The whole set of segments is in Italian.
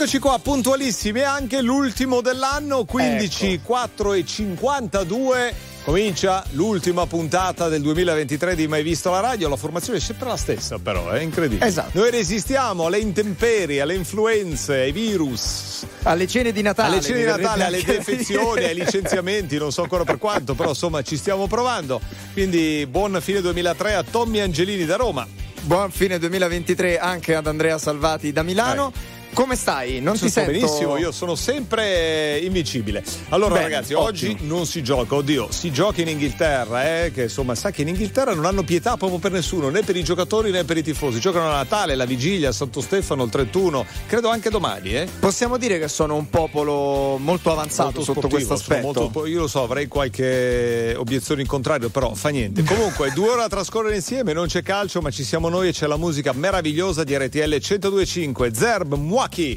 Eccoci qua, puntualissimi, è anche l'ultimo dell'anno, 15, ecco. 4:52, comincia l'ultima puntata del 2023 di Mai Visto la Radio. La formazione è sempre la stessa, però è incredibile. Esatto. Noi resistiamo alle intemperie, alle influenze, ai virus, alle cene di Natale, alle defezioni, ai licenziamenti, non so ancora per quanto, però insomma ci stiamo provando. Quindi buon fine 2003 a Tommy Angelini da Roma. Buon fine 2023 anche ad Andrea Salvati da Milano. Come stai? Non ti sento benissimo, io sono sempre invincibile. Allora bene, ragazzi, ottimo. Oggi non si gioca, si gioca in Inghilterra, che insomma sa che in Inghilterra non hanno pietà proprio per nessuno, né per i giocatori né per i tifosi. Giocano a Natale, la vigilia, Santo Stefano, il 31, credo anche domani. Possiamo dire che sono un popolo molto avanzato molto sotto questo aspetto. Io lo so, avrei qualche obiezione in contrario, però fa niente. Comunque 2 ore a trascorrere insieme, non c'è calcio, ma ci siamo noi e c'è la musica meravigliosa di RTL 102.5. Zerb Mwaki.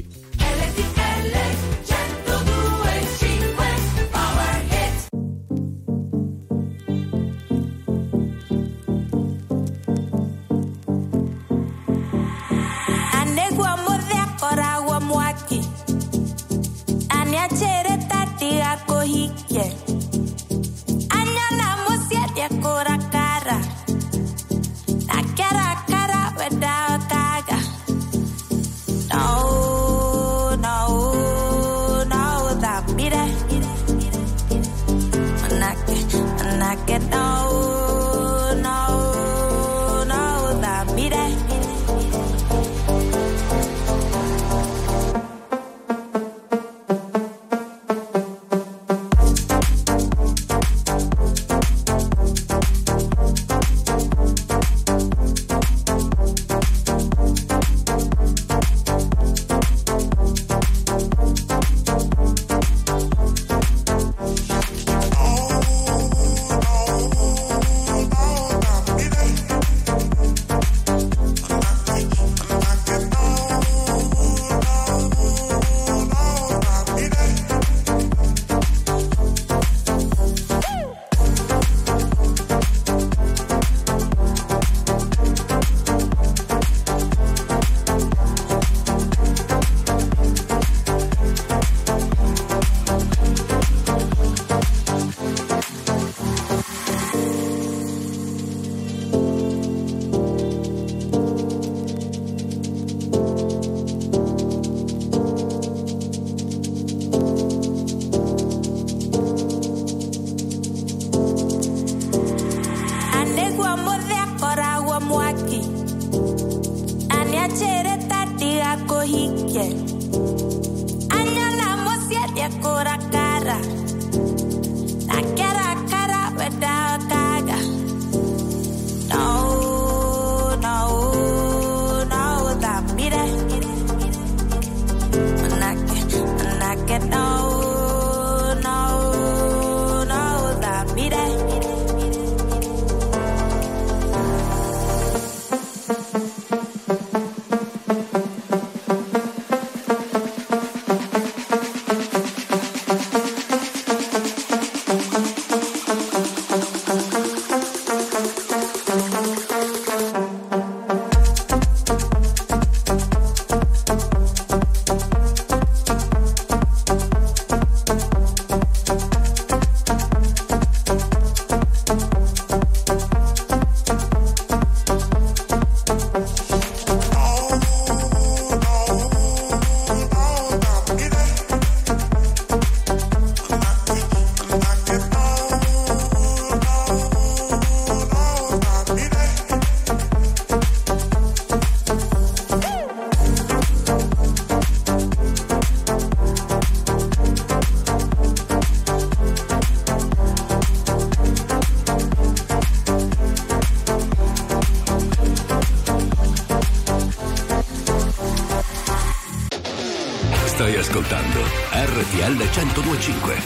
Stai ascoltando RTL 102.5.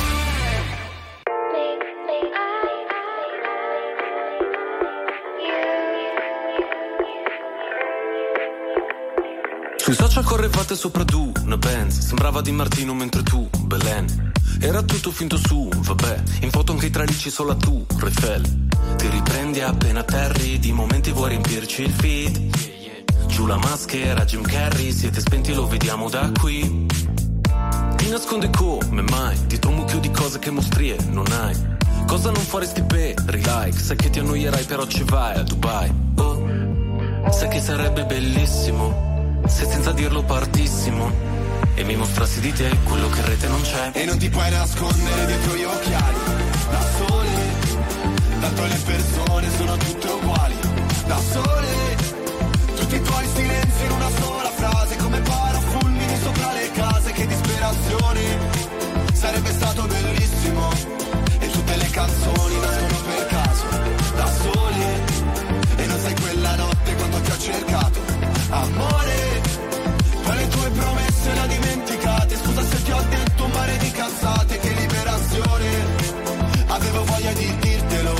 Sui social correvate sopra tu, una Benz, sembrava Di Martino mentre tu, Belen. Era tutto finto su, vabbè, in foto anche i tralicci solo a tu, Eiffel. Ti riprendi appena atterri, di momenti vuoi riempirci il feed. giù la maschera, Jim Carrey, siete spenti, lo vediamo da qui. Ti nasconde come mai, dietro un mucchio di cose che mostrie non hai. Cosa non faresti per like? Sai che ti annoierai però ci vai a Dubai. Oh, sai che sarebbe bellissimo se senza dirlo partissimo e mi mostrassi di te quello che in rete non c'è. E non ti puoi nascondere dietro gli occhiali, da sole, tanto le persone sono tutte uguali, da sole, tutti i tuoi silenzi in una sola frase, come parafulmini sopra le case, che disperazione, sarebbe stato bellissimo, e tutte le canzoni nascono per caso, da sole, e non sai quella notte quando ti ho cercato, amore, poi le tue promesse le ho dimenticate, scusa se ti ho detto un mare di cazzate, che liberazione, avevo voglia di dirtelo.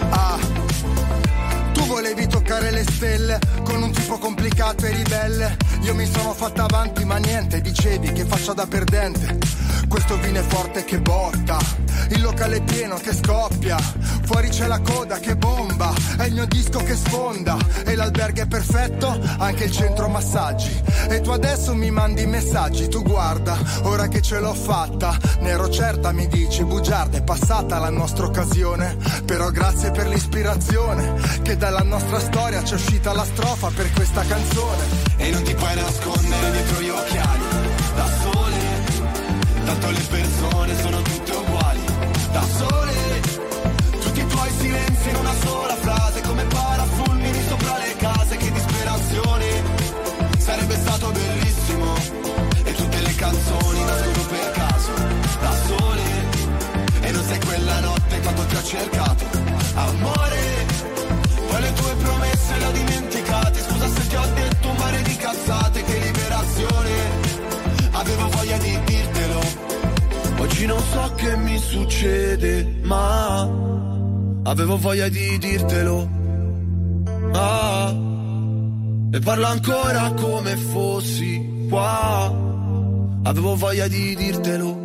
Tu volevi toccare le stelle con un tipo complicato e ribelle. Io mi sono fatta avanti ma niente, dicevi che faccia da perdente. Questo vino è forte che botta, il locale è pieno che scoppia, fuori c'è la coda che bomba, è il mio disco che sfonda, e l'albergo è perfetto, anche il centro massaggi. E tu adesso mi mandi messaggi, tu guarda, ora che ce l'ho fatta, ne ero certa, mi dici, bugiarda, è passata la nostra occasione, però grazie per l'ispirazione, che dalla nostra storia c'è uscita la strofa per questa canzone. E non ti puoi nascondere dietro gli occhiali, da sole, tanto le persone sono tutte uguali, da sole, tutti i tuoi silenzi in una sola frase, come parafulmini sopra le case, che disperazione, sarebbe stato bellissimo, e tutte le canzoni nascono per caso, da sole, e non sei quella notte quando ti ho cercato, amore, poi le tue promesse le ho dimenticate, scusa se ti ho detto un mare di cazzate, che liberazione, avevo voglia di dirtelo. Oggi non so che mi succede, ma avevo voglia di dirtelo. E parlo ancora come fossi qua, avevo voglia di dirtelo.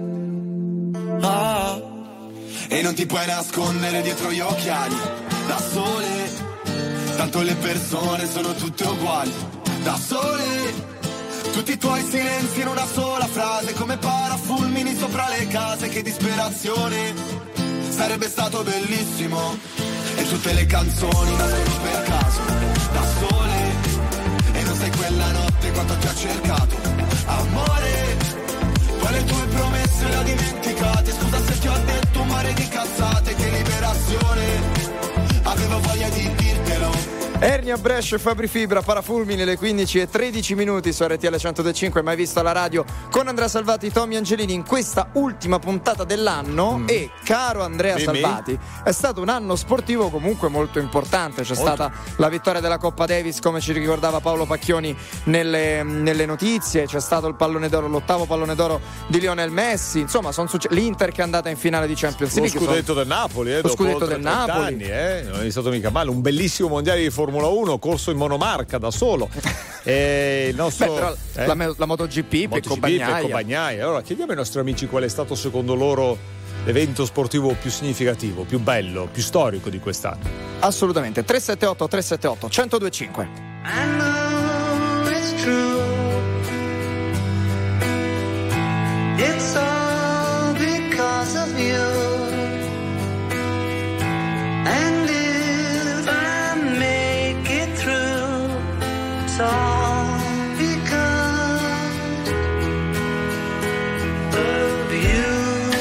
E non ti puoi nascondere dietro gli occhiali, da sole, tanto le persone sono tutte uguali, da sole, tutti i tuoi silenzi in una sola frase, come parafulmini sopra le case, che disperazione, sarebbe stato bellissimo, e tutte le canzoni nascono per caso, da sole, e non sai quella notte quando ti ho cercato, amore, poi le tue promesse le ho dimenticate, scusa se ti ho detto un mare di cazzate, che liberazione, avevo voglia di dirtelo. Ernia Brescia e Fabri Fibra, Parafulmini, le 15:13 su RTL 105, mai visto alla radio, con Andrea Salvati, Tommy Angelini in questa ultima puntata dell'anno. E caro Andrea Salvati, è stato un anno sportivo comunque molto importante, c'è stata la vittoria della Coppa Davis, come ci ricordava Paolo Pacchioni nelle notizie, c'è stato il pallone d'oro, l'8º pallone d'oro di Lionel Messi, insomma l'Inter che è andata in finale di Champions League, lo scudetto del Napoli, lo scudetto del Napoli, non è stato mica male, un bellissimo mondiale di Formula 1, corso in monomarca da solo. Il nostro la MotoGP Pecco Bagnaia. Allora chiediamo ai nostri amici qual è stato secondo loro l'evento sportivo più significativo, più bello, più storico di quest'anno. Assolutamente. 378 1025. I know it's true. It's all because of you. And if I make it through, it's all because of you.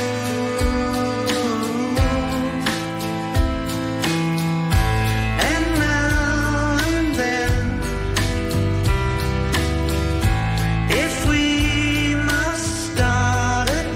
And now and then, if we must start again,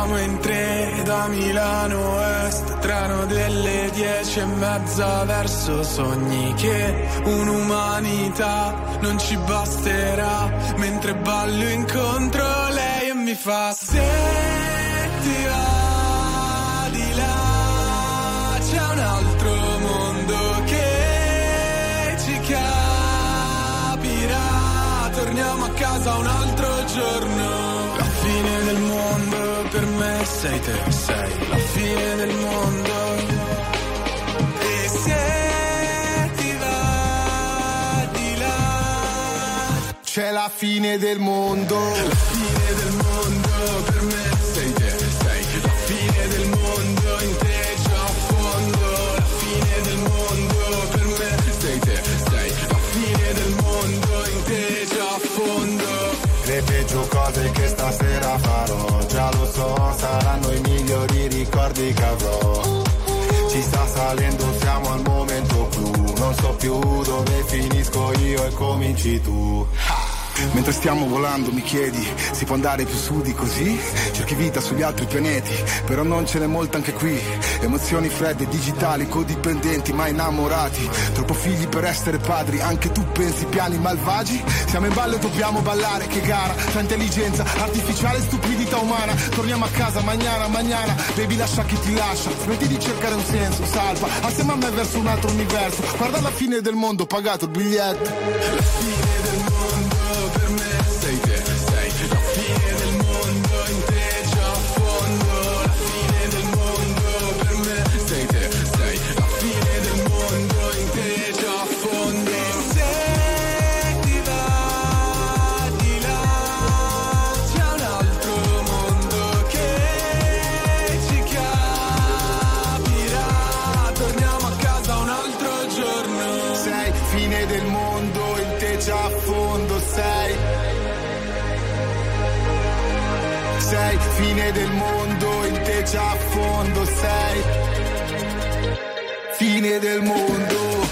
Siamo in 3 da Milano Est, treno delle 10:30 verso sogni che un'umanità non ci basterà. Mentre ballo incontro lei e mi fa: se ti va di là c'è un altro mondo che ci capirà. Torniamo a casa un altro giorno. La fine del mondo per me sei te, sei la fine del mondo. E se ti va di là c'è la fine del mondo. La fine del mondo per me sei te, sei la fine del mondo. In te già a fondo. La fine del mondo per me sei te, sei la fine del mondo. In te già a fondo. Le peggio cose che stasera farò, già lo so, saranno i migliori ricordi che avrò. Ci sta salendo, siamo al momento clou, non so più dove finisco io e cominci tu. Mentre stiamo volando mi chiedi, si può andare più su di così? Cerchi vita sugli altri pianeti, però non ce n'è molta anche qui. Emozioni fredde, digitali, codipendenti, ma innamorati. Troppo figli per essere padri, anche tu pensi piani malvagi? Siamo in ballo e dobbiamo ballare, che gara, tra intelligenza artificiale e stupidità umana. Torniamo a casa, mañana, baby lascia chi ti lascia. Smetti di cercare un senso, salva, assieme a me verso un altro universo. Guarda la fine del mondo, pagato il biglietto. La fine del mondo per me sei te, sei la fine del mondo. In te già a fondo. La fine del mondo per me sei te, sei la fine del mondo. In te già a fondo. Se ti va di là c'è un altro mondo che ci capirà. Torniamo a casa un altro giorno. Sei fine del mondo, in te già a fondo sei. Sei fine del mondo, in te già a fondo sei. Fine del mondo.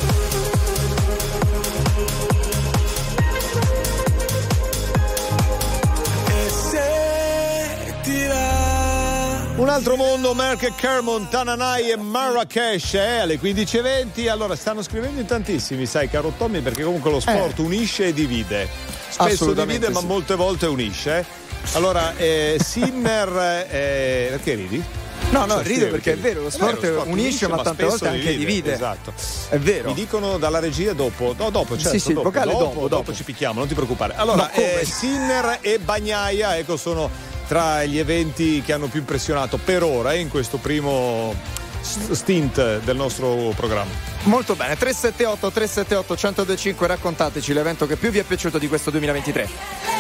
E se ti va. Un altro mondo, Merck e Kermon, Tananai e Marrakesh, alle 15:20. Allora, stanno scrivendo in tantissimi, sai, caro Tommy, perché comunque lo sport unisce e divide. Spesso divide, ma molte volte unisce. Allora, Sinner, perché ridi? No, rido perché è vero, lo sport unisce, ma tante volte anche divide. Esatto. È vero. Mi dicono dalla regia dopo. No, dopo, certo. Sì, il vocale dopo ci picchiamo, non ti preoccupare. Allora, Sinner e Bagnaia, ecco, sono tra gli eventi che hanno più impressionato per ora in questo primo stint del nostro programma. Molto bene, 378-378-1025, raccontateci l'evento che più vi è piaciuto di questo 2023.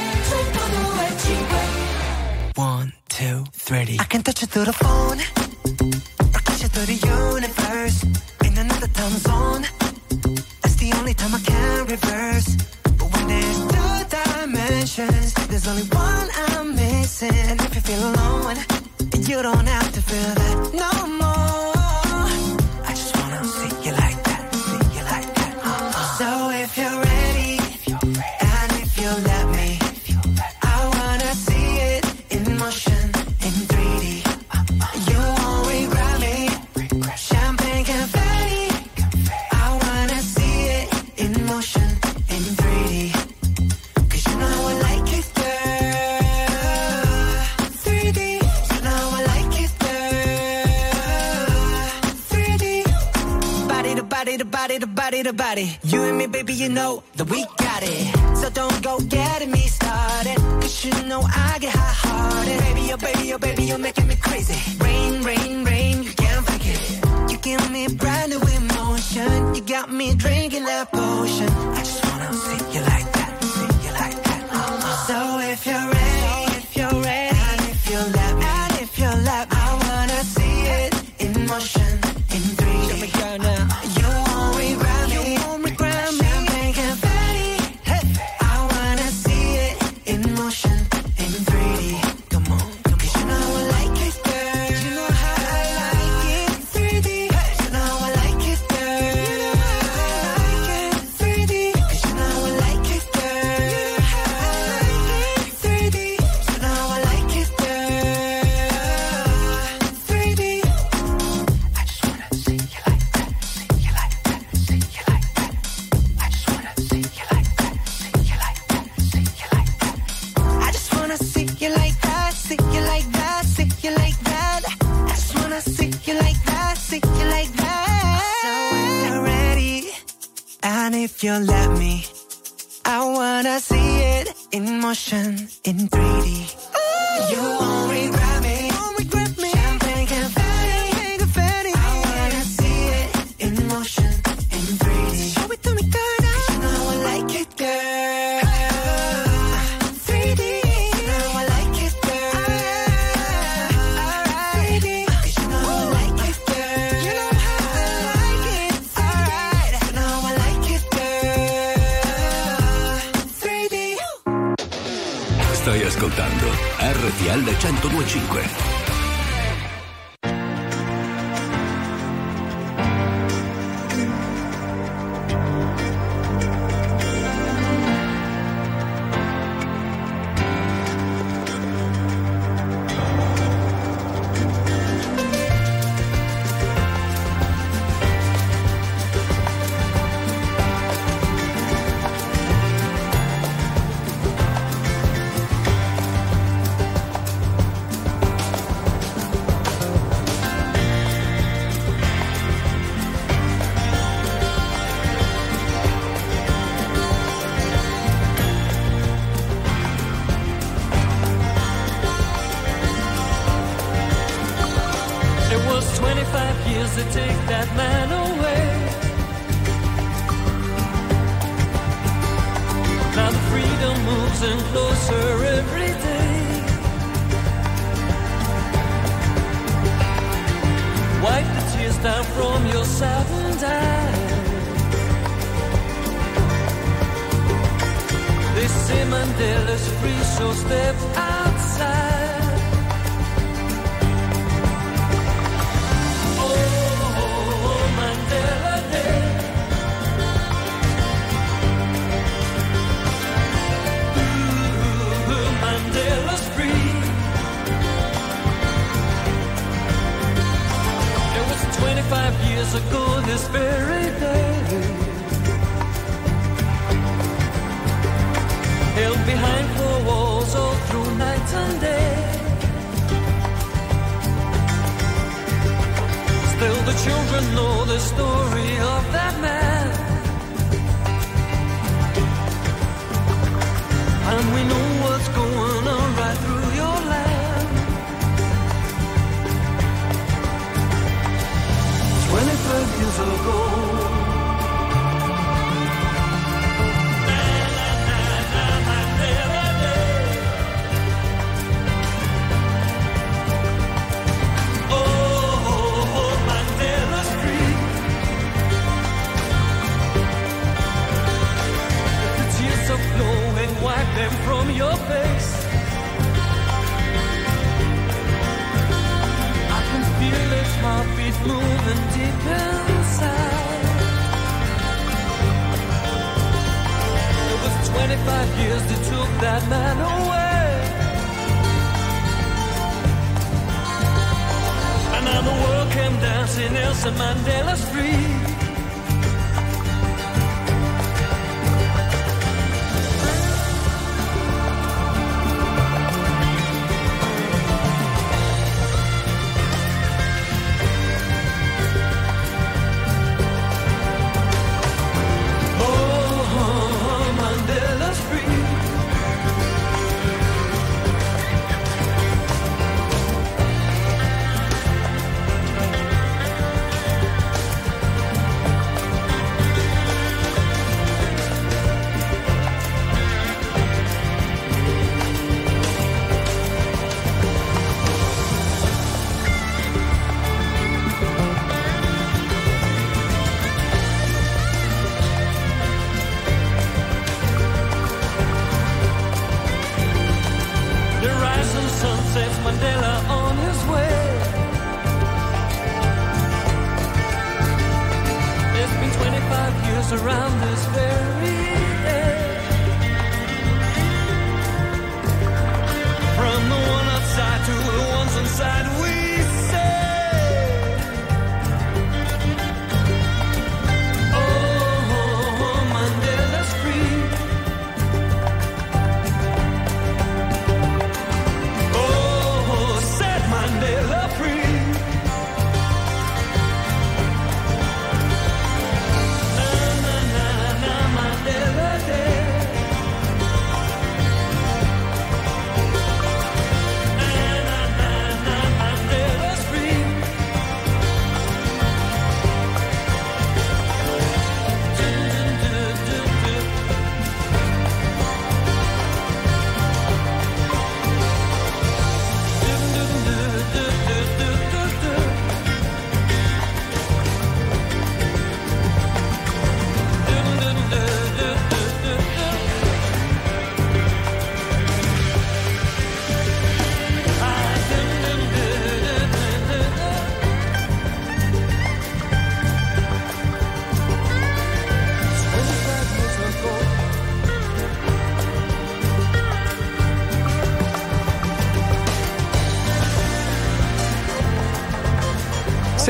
1, 2, 3. I can touch it through the phone, or catch it through the universe, in another time zone. That's the only time I can reverse. But when there's two dimensions, there's only one I'm missing. And if you feel alone, you don't have to feel that no more. I just wanna see you like that, see you like that. So if you're ready, and if you let me, I wanna see it in motion, in 3D. You won't regret me. Champagne confetti. I wanna see it in motion, in 3D. 'Cause you know I like it, girl. 3D. You know I like it, girl. 3D. Body to body to body to body to body. You and me, baby, you know that we got it. So don't go getting me started, 'cause you know I get hot-hearted. Baby, oh baby, you're making me crazy. Rain, rain, rain, you can't fake it. You give me brand new emotion. You got me drinking that potion. I just wanna see you like that, see you like that. So if you're ready, and if you let me, I wanna see it in motion, in 3D. Show me girl now. You won't regret me. Champagne confetti. Hey. I wanna see it in motion, in 3D. Come on, 'cause you know I like it. you'll let me. I wanna see it in motion, in 3D. You won't regret me. Champagne confetti. I wanna see it in motion, in 3D. Show it to me, girl. You know I like it, girl. 3D. You know I like it, girl. 3D. You know I like it, girl. You know how I like it. Alright. You know I like it, girl. 3D. Stai ascoltando RTL 102.5.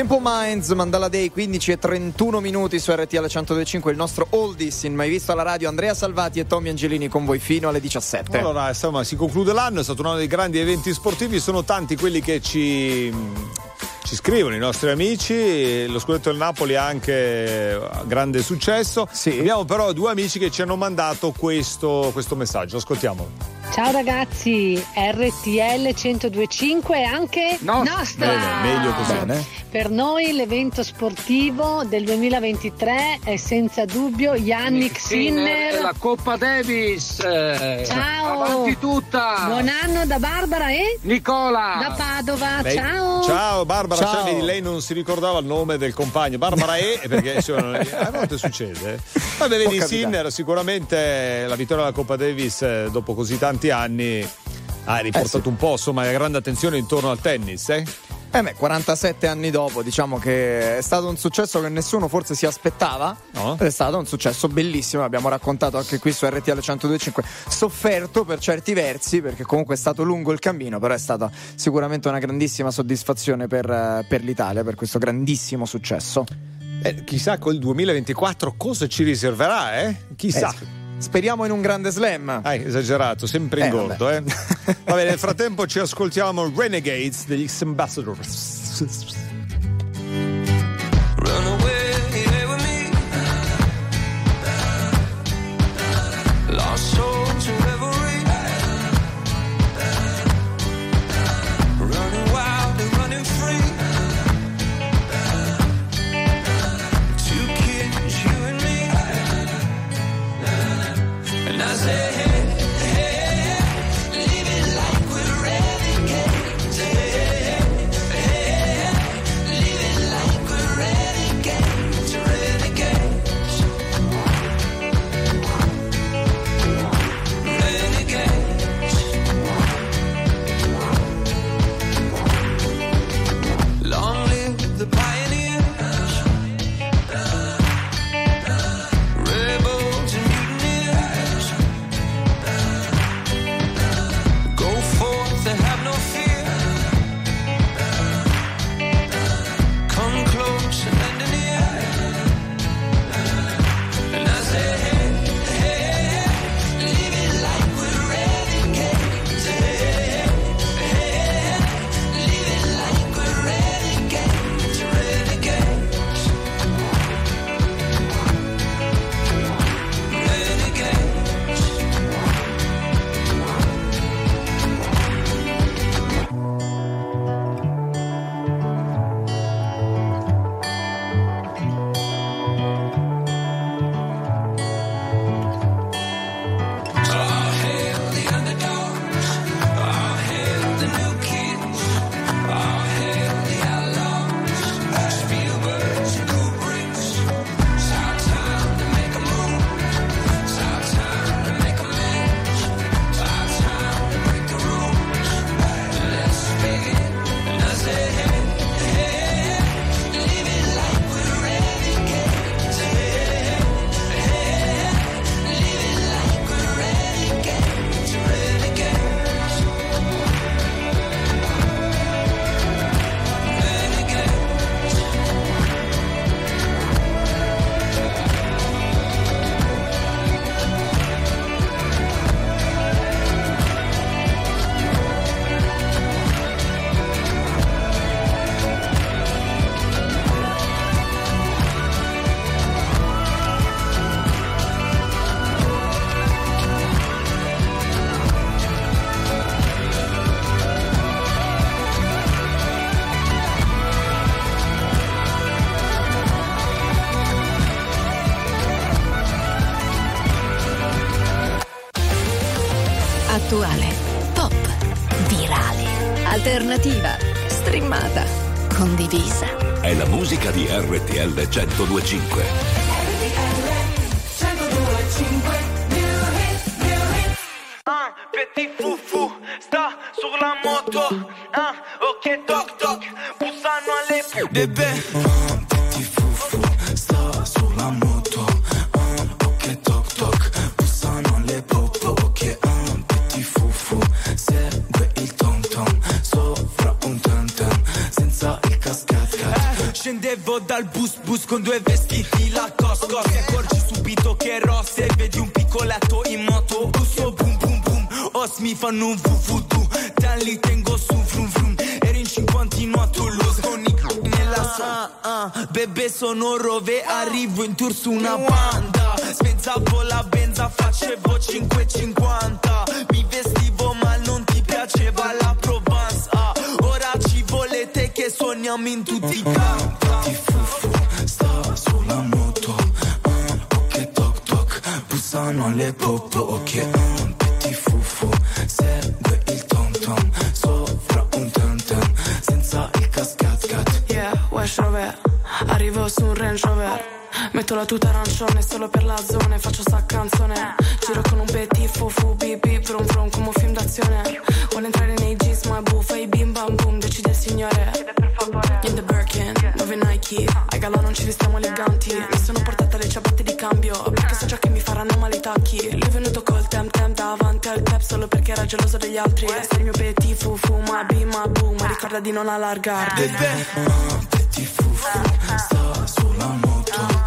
Simple Minds, Mandala Day, 15:31 minuti su RTL 102.5, il nostro oldies in Mai Visto alla radio. Andrea Salvati e Tommy Angelini con voi fino alle 17. Allora, insomma, si conclude l'anno, è stato uno dei grandi eventi sportivi, sono tanti quelli che ci scrivono, i nostri amici. Lo scudetto del Napoli ha anche grande successo. Sì. Abbiamo però due amici che ci hanno mandato questo messaggio, ascoltiamolo. Ciao ragazzi, RTL 102.5 è anche nostra. Bene, meglio così. Bene. Per noi l'evento sportivo del 2023 è senza dubbio Yannick Sinner e la Coppa Davis. Ciao. Avanti tutta. Buon anno da Barbara e Nicola da Padova. Ciao. Ciao Barbara. Ciao. Cioè, lei non si ricordava il nome del compagno. Barbara perché insomma, a volte succede. Vabbè, vedi, Sinner sicuramente la vittoria della Coppa Davis dopo così tanti anni ha riportato un po', insomma, grande attenzione intorno al tennis, 47 anni dopo, diciamo che è stato un successo che nessuno forse si aspettava. No. È stato un successo bellissimo, l'abbiamo raccontato anche qui su RTL 102.5, sofferto per certi versi perché comunque è stato lungo il cammino, però è stata sicuramente una grandissima soddisfazione per l'Italia, per questo grandissimo successo. Chissà col 2024 cosa ci riserverà, chissà. Speriamo in un grande slam. Esagerato, sempre in gordo, Va bene, nel frattempo ci ascoltiamo Renegades degli X-Ambassadors. Run away with me. Lost soul to reverie. Running wild and running free. Two kids, you and me. And I say, hey, hey, live it like we're renegades. Hey, hey, live it like we're renegades, renegades. Renegades. Long live the pioneers, rebels and mutineers. Go forth and have no fear. Come close and lend an ear. And I say, hey, hey, live it like we're renegades. Hey, hey, live it like we're renegades, renegades. All hail the underdogs. All hail the new kids. All hail the outlaws. Spielbergs and Kubricks. It's our time to make a move. It's our time to make amends. It's our time to break the rules. Let's begin. And I say, hey, hey, live it like we're renegades. Hey, hey, live it like we're renegades, renegades. Attuale, pop, virale, alternativa, streamata, condivisa. È la musica di RTL 102.5. Petit foufou, sta sulla moto. Ok, toc toc, bussano alle bebè. Petit foufou, sta sulla moto. Ok, toc toc, bussano alle popo. Ok, petit foufou, segue il tom tom sopra un tam tam senza il cascat cat. Esco dal bus con 2 vestiti Lacoste. Ti accorgi subito che è rossa e vedi un piccoletto in moto. Uso boom boom boom, os mi fanno un vuvudu. Dan li tengo su frum frum. Ero in 50 a Toulouse con i nella bebè sono Rove, arrivo in tour su una banda. Spenzavo la benza, facevo 5,50. Mi vestivo ma non ti piaceva la Provence. Ora ci volete che suoniamo in tutti i campi. Ti fufu, sta sulla moto. Ok toc toc, bussano le popo. Ok, ti fufu, segue il tom tom. Sopra un tam tam, senza il cascat. Yeah, Wesh Rover, arrivo su un Range Rover. Metto la tuta arancione solo per la zona e faccio sta canzone. Giro con un petit fufu, bip bip, vrum vrum come un film d'azione. Vuole entrare nei jeans ma è buffa, i bim bam boom, decide il signore. In the Birkin, dove Nike, ai galà non ci vestiamo eleganti. Mi sono portata le ciabatte di cambio, perché so già che mi faranno male i tacchi. Lui è venuto col tem tem davanti al tap solo perché era geloso degli altri. Sei il mio petit fufu, ma bim ma boom, ma ricorda di non allargarti. Petit fufu, sta sulla moto.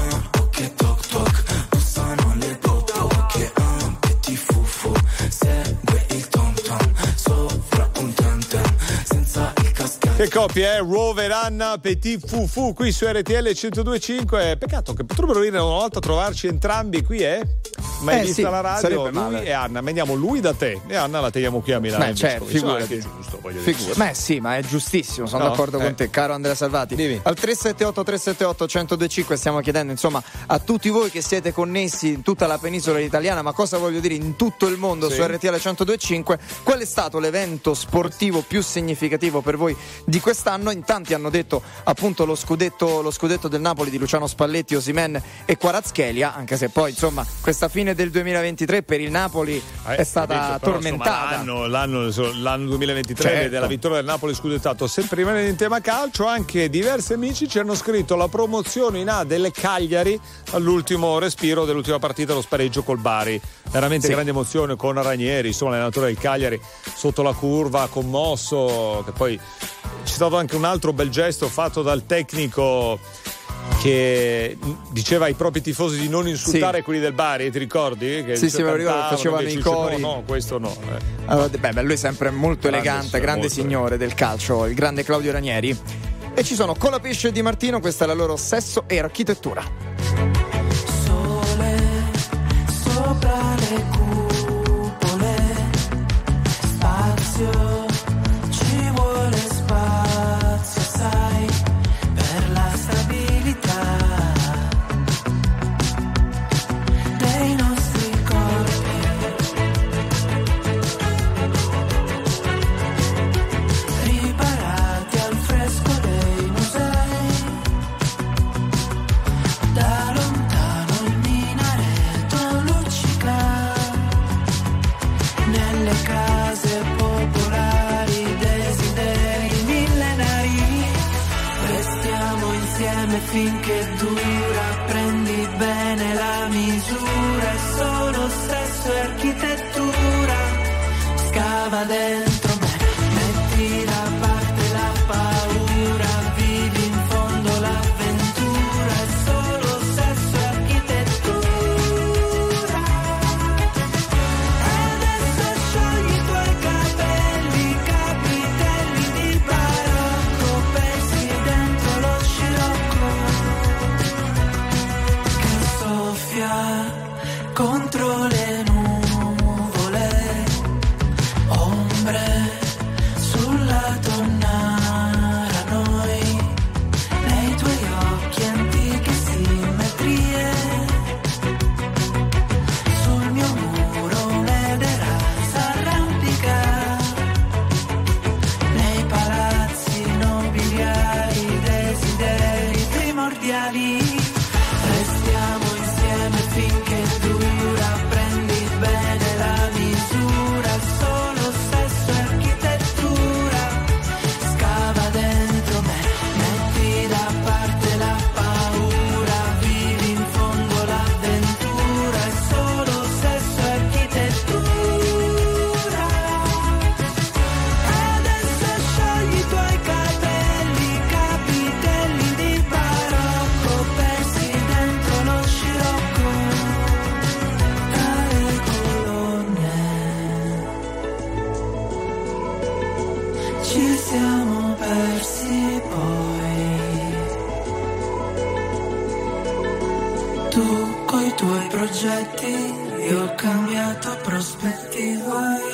Ok toc toc, bussano le popo. Ok, petit fufu, segue il tom tom. Sopra un tam tam, senza il cascata. Che coppia, Rover, Anna, Petit Fufu qui su RTL 102.5. Peccato che potrebbero venire una volta a trovarci entrambi qui, mai vista sì, la radio, lui male. e Anna. Vediamo lui da te e Anna la teniamo qui a Milano. Beh, certo, figurati. È giusto, voglio dire. Beh sì, ma è giustissimo, sono d'accordo con te, caro Andrea Salvati. Dimmi. Al 378-378-1025 stiamo chiedendo insomma a tutti voi che siete connessi in tutta la penisola italiana, ma cosa voglio dire in tutto il mondo, su RTL 102.5, qual è stato l'evento sportivo più significativo per voi di quest'anno? In tanti hanno detto appunto lo scudetto del Napoli di Luciano Spalletti, Osimhen e Kvaratskhelia, anche se poi insomma questa fine del 2023 per il Napoli è stata tormentata. L'anno 2023 certo. Della vittoria del Napoli scudettato. Sempre rimanendo in tema calcio, anche diversi amici ci hanno scritto la promozione in A del Cagliari all'ultimo respiro dell'ultima partita, lo spareggio col Bari. Veramente grande emozione con Ranieri, insomma l'allenatore del Cagliari sotto la curva, commosso. Che poi c'è stato anche un altro bel gesto fatto dal tecnico che diceva ai propri tifosi di non insultare quelli del Bari, ti ricordi? Che sì, me lo ricordo, facevano i cori. No, questo no. Allora, beh, lui è sempre molto elegante, grande molto signore del calcio, il grande Claudio Ranieri. E ci sono Colapesce e Di Martino, questa è la loro Sesso e Architettura. Sole sopra le cupole, spazio, ci vuole spazio, sai, per la stabilità dei nostri corpi. Riparati al fresco dei musei, da lontano il minareto luccica, nelle case popolari desideri millenari. Restiamo insieme finché dura, prendi bene la misura, è solo sesso e architettura. Scava dentro me, metti da parte la paura, vivi in fondo l'avventura, è solo sesso e architettura. Adesso sciogli i tuoi capelli, capitelli di barocco, pensi dentro lo scirocco che soffia contro le nuvole, ombre restiamo persi poi. Tu coi tuoi progetti, io ho cambiato prospettiva.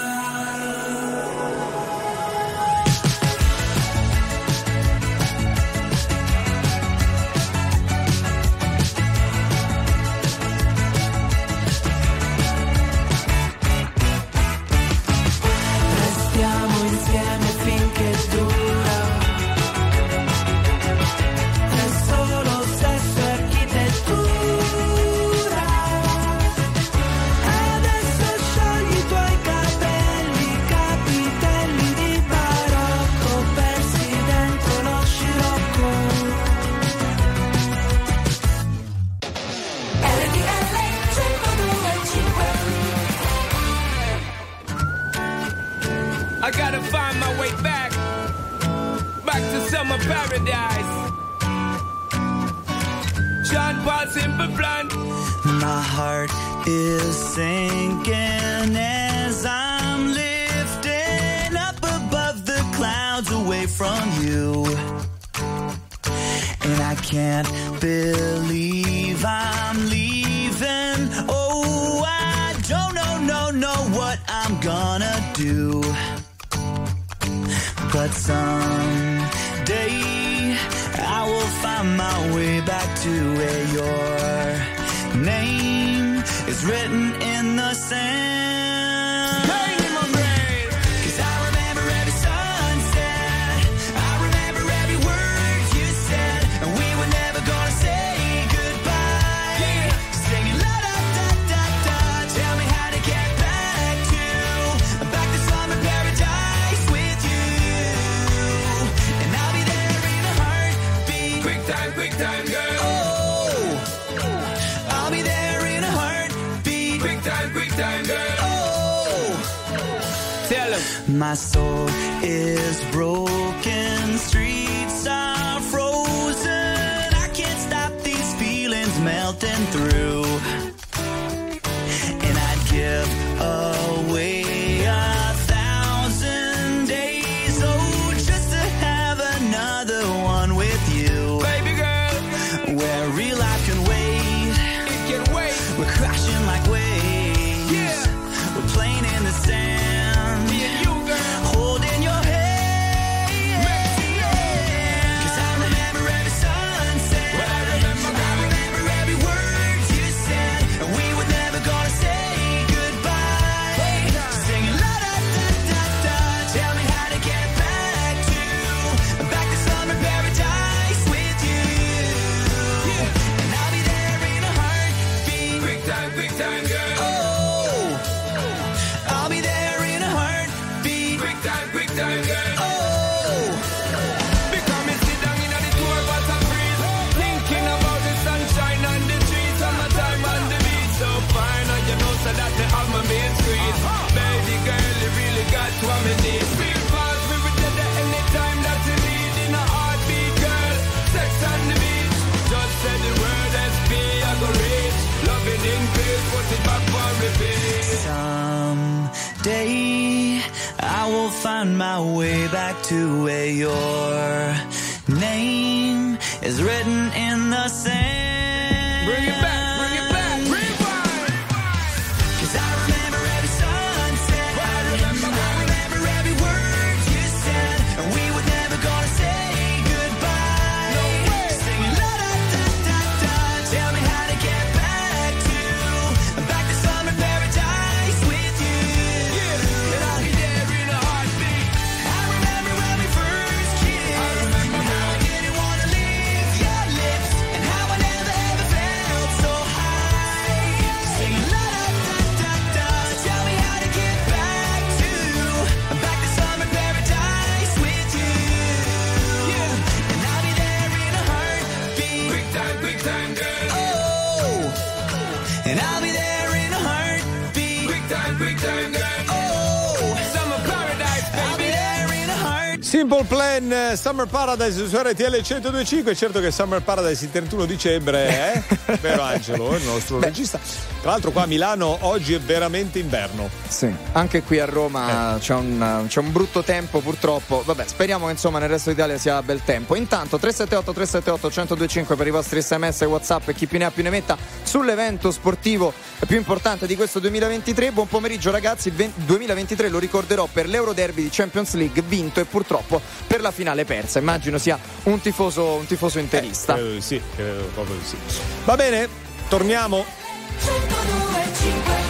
I gotta find my way back to summer paradise. John Paul Simple Plan. My heart is sinking as I'm lifting up above the clouds away from you. And I can't believe I'm leaving. Oh, I don't know what I'm gonna do. But someday I will find my way back to where your name is written in the sand. Hey, in my brain. 'Cause I remember every sunset, I remember every word you said, and we were never gonna say goodbye. Yeah. Singing la da da da da, tell me how to get back to summer paradise with you, and I'll be there in a heartbeat. Quick time, girl. Oh, I'll be there in a heartbeat. Quick time, girl. Oh, tell him. My soul is broken, streets are frozen. I can't stop these feelings melting through, and I'd give away 1,000 days, oh, just to have another one with you. Baby girl, where real life can wait. It can wait. We're crashing like waves. Yeah. We're playing in the sand. Me and you, girl. Holding your hand. Yeah. 'Cause I remember every sunset. Well, I remember every word you said, and we were never gonna say goodbye. Singing la da da da da, tell me how to get back to summer paradise with you, and I'll be there in a heartbeat. Quick time, girl. Oh, I'll be there in a heartbeat. Quick time, girl. Oh, because me sit down in the tour bus and breeze, thinking about the sunshine and the trees, summertime on the beach, so fine, and you know so that the album being squeezed. Baby girl, you really got what me need. Feel fast, we will get there anytime that you need in a heartbeat, girl. Sex on the beach, just say the word SP, I go reach. Love it in peace, put it back for repeat. Someday I will find my way back to where your name is written in the sand. Bring it back, rewind. 'Cause I remember every sunset. I remember every word you said, and we were never gonna say goodbye. No way. Singing la da da da da, tell me how to get back to summer paradise with you. Yeah, and I'll be there in a heartbeat. I remember when we first kissed. I remember how I didn't wanna leave your lips, and how I never Simple Plan, Summer Paradise su RTL 102.5. Certo che Summer Paradise il 31 dicembre, vero Angelo, il nostro regista. Tra l'altro qua a Milano oggi è veramente inverno. Sì, anche qui a Roma c'è un brutto tempo purtroppo. Vabbè, speriamo che insomma nel resto d'Italia sia bel tempo. Intanto 378-378-1025 per i vostri SMS e WhatsApp e chi più ne ha più ne metta sull'evento sportivo più importante di questo 2023. Buon pomeriggio ragazzi, il 2023 lo ricorderò per l'Euroderby di Champions League vinto e purtroppo per la finale persa. Immagino sia un tifoso interista. Credo di sì, credo proprio di sì. Va bene, torniamo. 102.5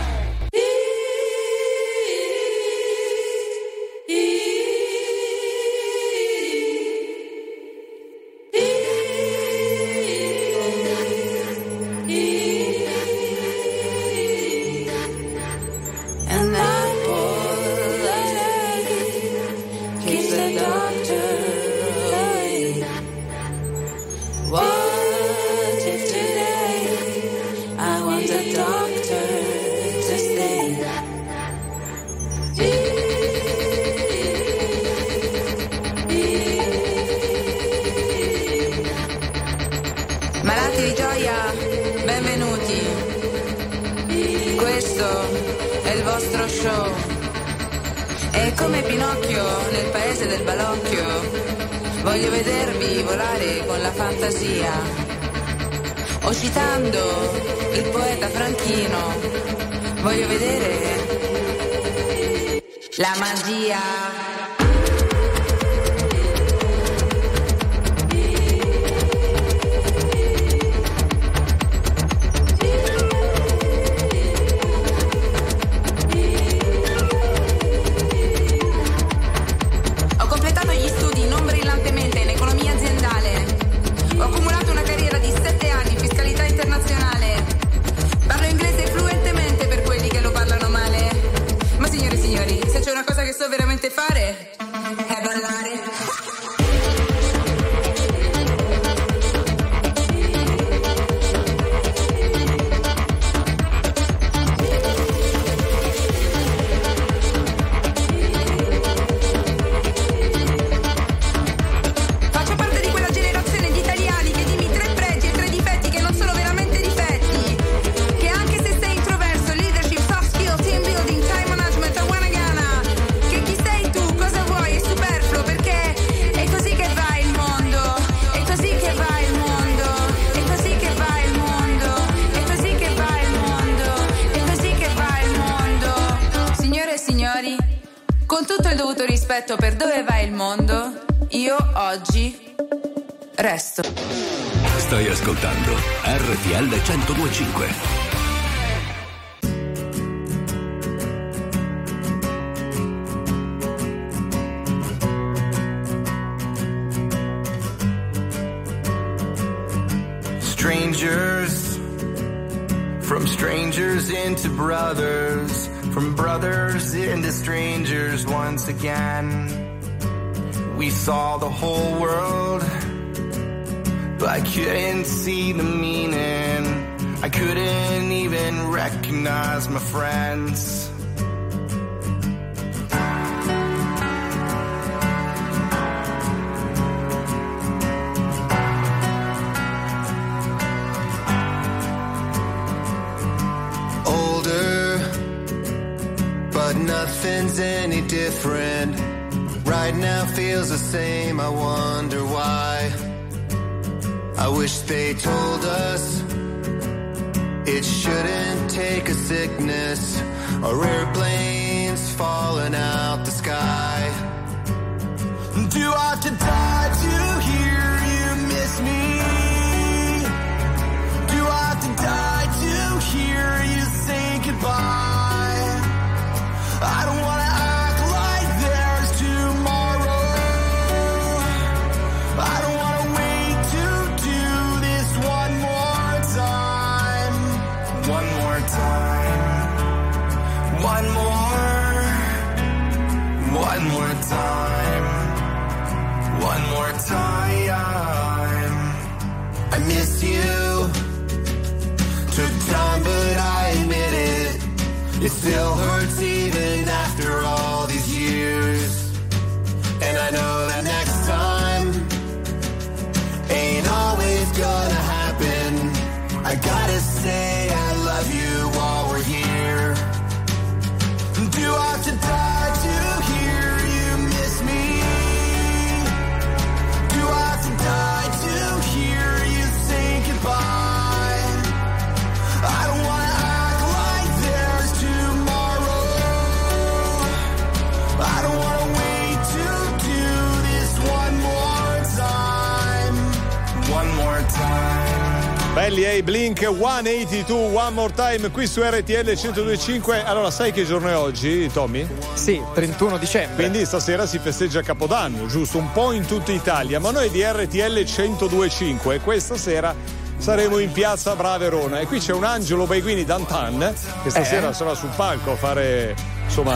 E come Pinocchio nel paese del balocchio, voglio vedervi volare con la fantasia. O citando il poeta Franchino, voglio vedere la magia. Fare è ballare. Faccio parte di quella generazione di italiani che dimmi 3 pregi e 3 difetti che non sono veramente difetti, che anche se sei introverso, leadership, soft skill, team building, time management, wanna gana, che chi sei tu, cosa vuoi, è superfluo, perché è così che va il mondo, è così che va il mondo, è così che va il mondo, è così che va il mondo, è così che va il mondo. Signore e signori, con tutto il dovuto rispetto per dove va il mondo, io oggi resto. Stai ascoltando RTL 102.5. Strangers, from strangers into brothers, from brothers into strangers once again. We saw the whole world, but I couldn't see the meaning. I couldn't even recognize my friends. Older, but nothing's any different. Right now feels the same, I wonder why. I wish they told us it shouldn't take a sickness or airplanes falling out the sky. Do I have to die to hear you miss me? Do I have to die to hear you say goodbye? I don't wanna act like there's tomorrow. I don't wanna wait to do this one more time. One more time. One more. One more time. One more time. I miss you. Took time, but I admit it. It still hurts even after all these years. And I know LA Blink 182 One More Time qui su RTL 102.5. Allora, sai che giorno è oggi, Tommy? Sì, 31 dicembre. Quindi stasera si festeggia Capodanno, giusto? Un po' in tutta Italia, ma noi di RTL 102.5 questa sera saremo in piazza Bra Verona e qui c'è un Angelo Baiguini Dantan che stasera sarà sul palco a fare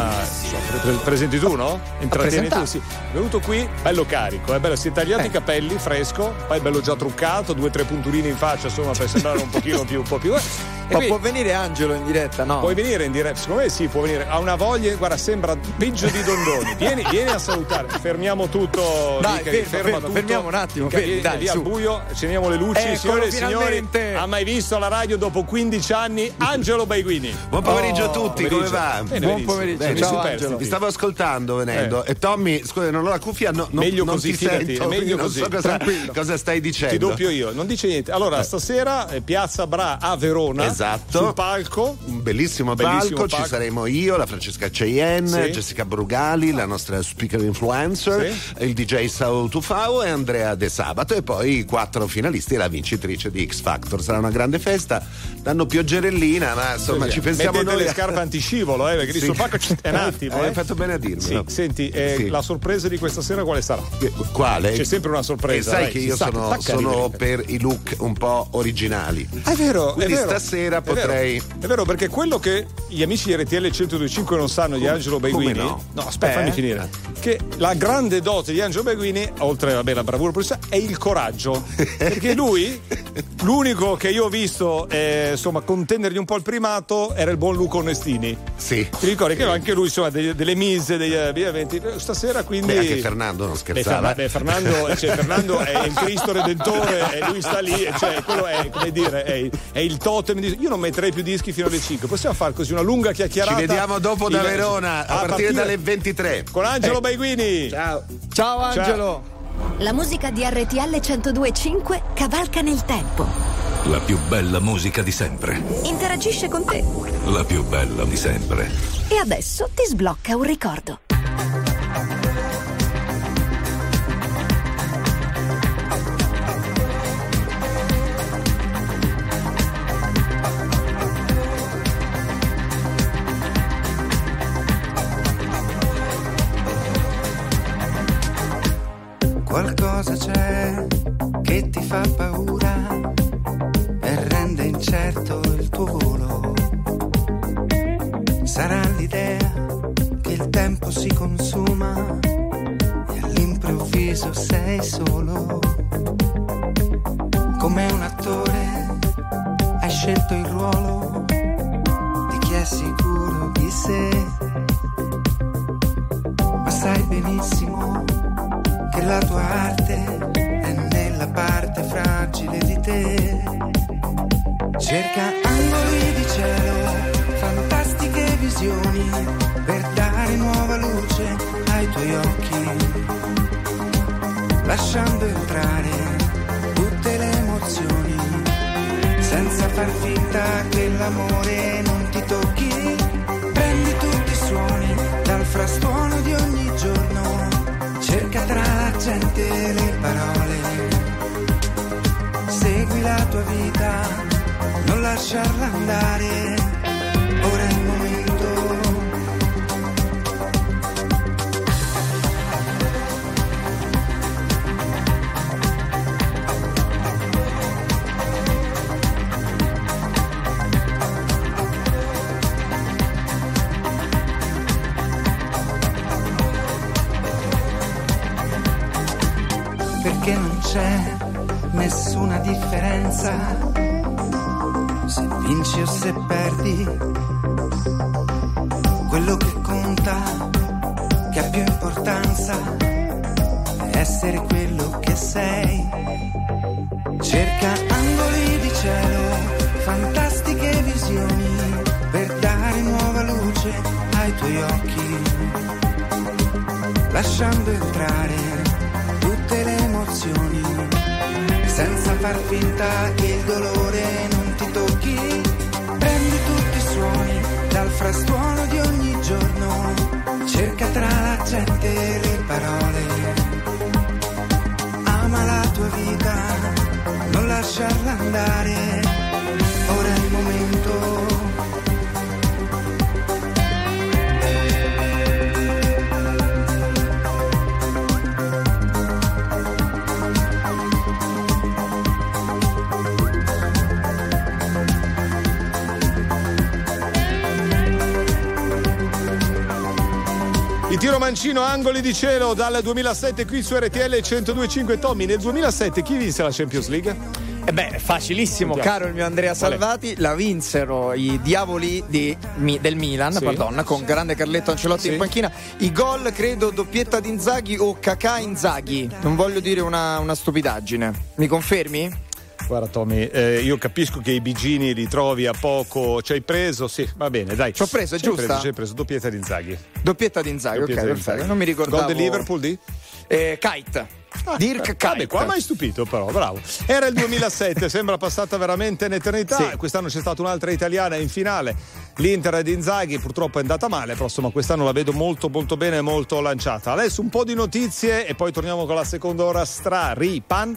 presenti tu, no? Intrattieni tu, sì. È venuto qui bello carico, bello, si è tagliato i capelli, fresco, poi bello già truccato, 2 o 3 punturini in faccia, insomma, per sembrare un po' più. Ma può venire Angelo in diretta, no? Puoi venire in diretta, secondo me sì, può venire. Ha una voglia, guarda, sembra peggio di Dondoni. Vieni a salutare. Fermiamo tutto. Dai, fermiamo un attimo. Dai, via al buio, accendiamo le luci. Signore e signori, ha mai visto la radio dopo 15 anni Angelo Baiguini? Buon pomeriggio a tutti, come va? Buon pomeriggio. Ciao Angelo. Vi stavo ascoltando venendo e Tommy, scusa, non ho la cuffia, meglio non così, ti sento, meglio non così. so cosa stai dicendo. Ti doppio io, non dice niente. Allora, stasera Piazza Bra a Verona. Esatto. Sul palco. Un bellissimo palco. Ci saremo io, la Francesca Cheyenne, Jessica Brugali, la nostra speaker influencer, il DJ Saul Tufao e Andrea De Sabato e poi i 4 finalisti e la vincitrice di X Factor. Sarà una grande festa, danno pioggerellina, ma insomma ci pensiamo Mettete noi. le scarpe antiscivolo, perché lì sul palco c'è un attimo. Hai fatto bene a dirmelo. Senti, la sorpresa di questa sera quale sarà? Quale? C'è sempre una sorpresa. Sai che io sono per i look un po' originali. È vero, quindi è vero, stasera potrei. È vero, perché quello che gli amici di RTL 102.5 non sanno di Angelo Baiguini. No, aspetta, fammi finire. Che la grande dote di Angelo Baiguini, oltre la bravura professionale, è il coraggio. Perché lui, l'unico che io ho visto, contendergli un po' il primato, era il buon Luca Onestini. Sì. Ti ricordi che anche lui, insomma, delle mise, degli eventi. Stasera quindi. Anche Fernando non scherzava. Fernando è il Cristo Redentore e lui sta lì, quello è, come dire, è il totem. Io non metterei più dischi fino alle 5. Possiamo fare così una lunga chiacchierata. Ci vediamo dopo da Verona a partire dalle 23 con Angelo Baiguini. Ciao Angelo. La musica di RTL 102.5 cavalca nel tempo. La più bella musica di sempre. Interagisce con te. La più bella di sempre. E adesso ti sblocca un ricordo. Qualcosa c'è che ti fa paura e rende incerto il tuo volo. Sarà l'idea che il tempo si consuma e all'improvviso sei solo. Come un attore hai scelto il ruolo di chi è sicuro di sé, ma sai benissimo che la tua arte è nella parte fragile di te. Cerca angoli di cielo, fantastiche visioni, per dare nuova luce ai tuoi occhi, lasciando entrare tutte le emozioni, senza far finta che l'amore non ti tocchi. Prendi tutti i suoni dal frastuono di ogni giorno, cerca tra la gente le parole, segui la tua vita, non lasciarla andare, ora è il momento. Perché non c'è nessuna differenza se vinci o se perdi. Quello che conta, che ha più importanza, è essere quello che sei. Cerca angoli di cielo, fantastiche visioni, per dare nuova luce ai tuoi occhi, lasciando entrare tutte le emozioni, senza far finta che il dolore non ti tocchi. Prendi tutti i suoni dal frastuono di ogni giorno, cerca tra la gente le parole, ama la tua vita, non lascia lasciarla andare, ora è il momento. Il tiro mancino, angoli di cielo dal 2007 qui su RTL 102.5. Tommy, nel 2007 chi vinse la Champions League? Facilissimo, caro il mio Andrea Salvati. La vinsero i diavoli del Milan, Sì. con grande Carletto Ancelotti in panchina. I gol, credo, doppietta di Inzaghi o Kakà Inzaghi. Non voglio dire una stupidaggine. Mi confermi? Guarda Tommy, io capisco che i bigini li trovi a poco. Ci hai preso? Sì, va bene, dai. Ci ho preso, è giusta? Ci hai preso doppietta di Inzaghi. Doppietta di Inzaghi, Doppietta ok, di perfetto. Inzaghi. Non mi ricordavo. Gol del Liverpool di? Kite. Dirk Kite. Vabbè, qua mi hai stupito però, bravo. Era il 2007, sembra passata veramente un'eternità. Sì. Quest'anno c'è stata un'altra italiana in finale, l'Inter di Inzaghi, purtroppo è andata male, però insomma quest'anno la vedo molto molto bene, molto lanciata. Adesso un po' di notizie e poi torniamo con la seconda ora straripan.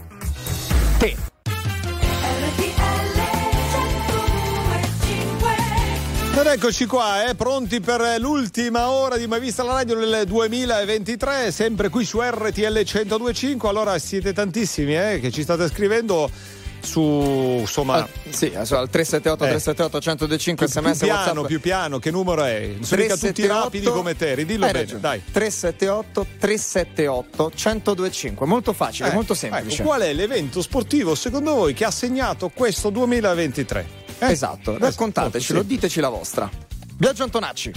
Ed eccoci qua, pronti per l'ultima ora di Mai Vista la Radio nel 2023, sempre qui su RTL 102.5. Allora siete tantissimi che ci state scrivendo su, insomma, al 378 378 102.5 SMS più piano, che numero è? Sono mica tutti rapidi come te, ridillo bene, ragione. dai. 378 378 102.5, molto facile, molto semplice. Ecco, qual è l'evento sportivo secondo voi che ha segnato questo 2023? Esatto, raccontatecelo, diteci la vostra. Biagio Antonacci.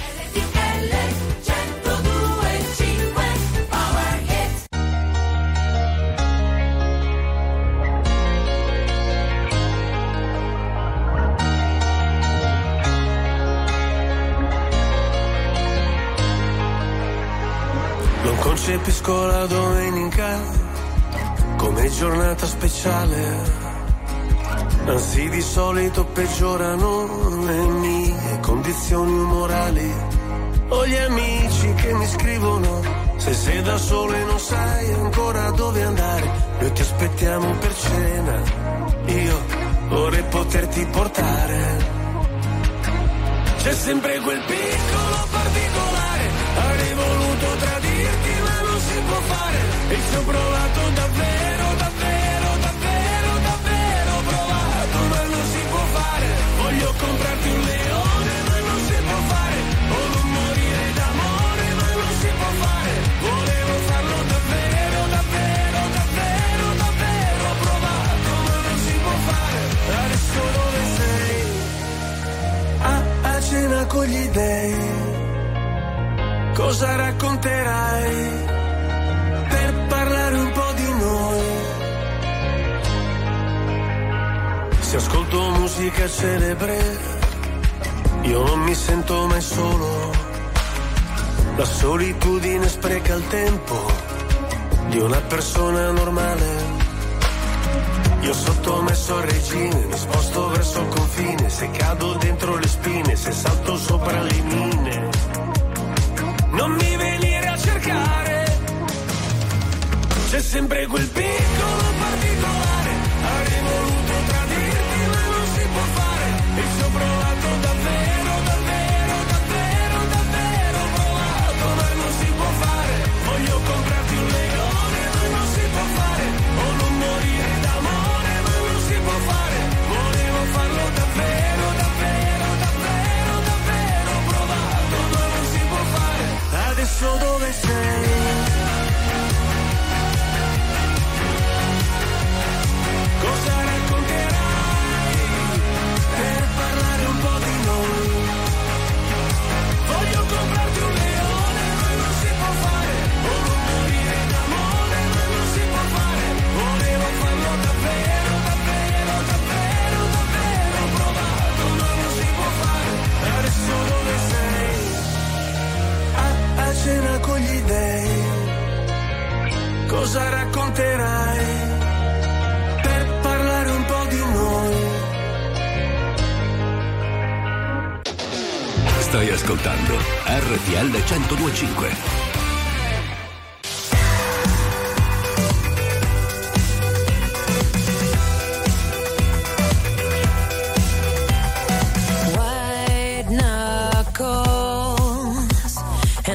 Non concepisco la domenica come giornata speciale. Anzi, di solito peggiorano le mie condizioni umorali. Ho gli amici che mi scrivono: se sei da solo e non sai ancora dove andare, noi ti aspettiamo per cena. Io vorrei poterti portare. C'è sempre quel piccolo particolare, avrei voluto tradirti ma non si può fare. E ci ho provato davvero, davvero, davvero, davvero provato, ma non si può fare. Voglio comprarti un leone ma non si può fare, o non morire d'amore ma non si può fare. Volevo farlo davvero, davvero, davvero, davvero provato, ma non si può fare. Adesso dove sei? A cena con gli dèi, cosa racconterai per parlare un po' di noi? Se ascolto musica celebre, io non mi sento mai solo. La solitudine spreca il tempo di una persona normale. Io sottomesso al regime, mi sposto verso il confine, se cado dentro le spine, se salto sopra le mine. Non mi venire a cercare, c'è sempre quel piccolo particolare, avrei voluto tradirti ma non si può fare. E ci ho provato davvero, davvero, davvero, davvero provato, ma non si può fare. Voglio comprarti un leone ma non si può fare, o non morire d'amore ma non si può fare. Volevo farlo davvero, davvero, davvero, davvero provato, ma non si può fare. Adesso dove sei? Cosa racconterai per parlare un po' di noi? Voglio comprarti un leone ma non si può fare, o non morire d'amore ma non si può fare. Volevo farlo davvero, davvero, davvero, davvero provato, ma non si può fare. Adesso dove sei? A cena con gli dèi, cosa racconterai per parlare un po' di noi? Stai ascoltando RTL 102.5.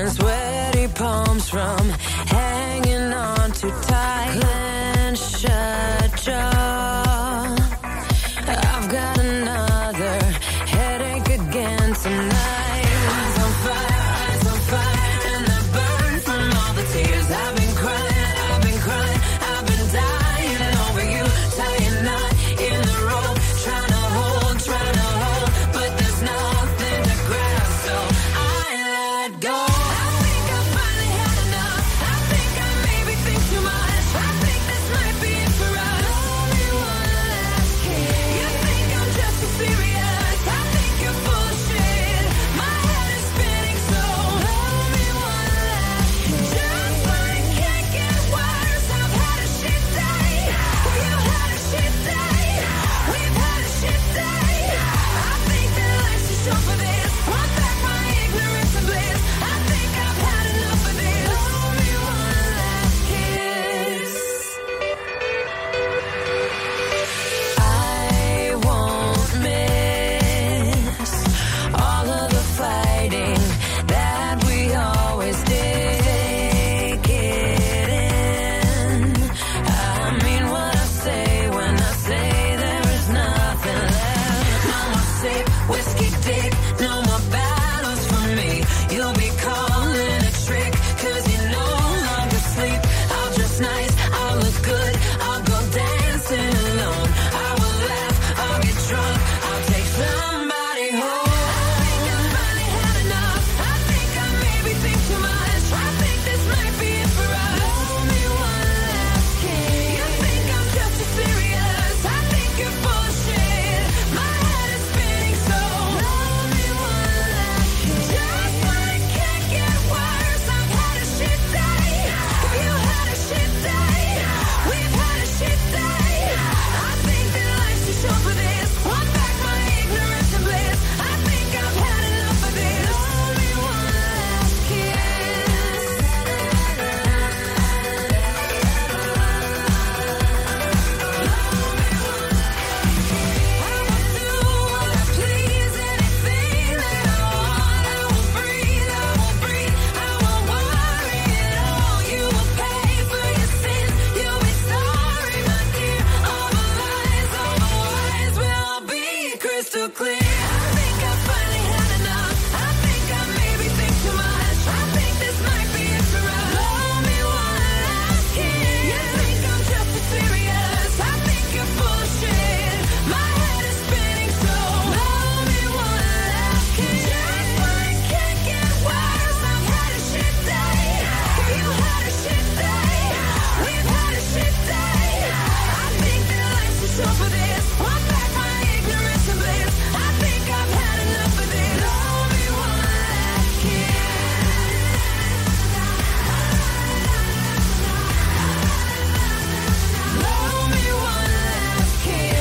and sweaty palms from hanging on too tight. Clench shut jaw. I've got another headache again tonight. Eyes on fire, and the burn from all the tears I've been crying, I've been dying over you, tying knot in the rope, trying to hold, but there's nothing to grab, so I let go. I think I finally had enough. I think I maybe think too much. I think this might be it for us. Only one last kiss. You think I'm just too serious? I think you're full of shit. My head is spinning, so only one last kiss. Just when it can't get worse, I've had a shit day. You had a shit day. We've had a shit day. I think that life's too short for this. Want back my ignorance and bliss. I think I've had enough of this. Only one last kiss. I won't miss all of the fighting that we always did. Take it in. I mean what I say when I say there is nothing left. No more sip, whiskey dick, no more battles for me. You'll be calling a trick, 'cause you no longer sleep. I'll dress nice, I'll look good, I'll go dancing alone. I will laugh, I'll get drunk, I'll take somebody home. I think I finally had enough. I think I maybe think too much. I think this might be it for us. Only one last kiss. You think I'm just too serious? I think you're full of shit. My head is spinning, so only one last kiss. Just when it can't get worse, I've had a shit day. You had a shit day. We've had a shit day. I think that life's too short for this. Want back my ignorance and bliss. I think I've had enough of this. Only one last kiss. I will do what I please, anything that I want. I will breathe, I won't worry at all. You will pay for your sins, you'll be sorry, my dear. All the lies, all the lies will all be crystal clear. I think I finally had enough. I think I maybe think too much. I think this might be it for us. Only one last kiss. You think I'm just too serious? I think you're full of shit. My head is spinning, so only one last kiss. Just when it can't get worse, I've had a shit day. You had a shit day. We've had a shit day. I think that life's too short for this. Want back my ignorance and bliss. I think I've had enough of this. Only one last kiss. Only one last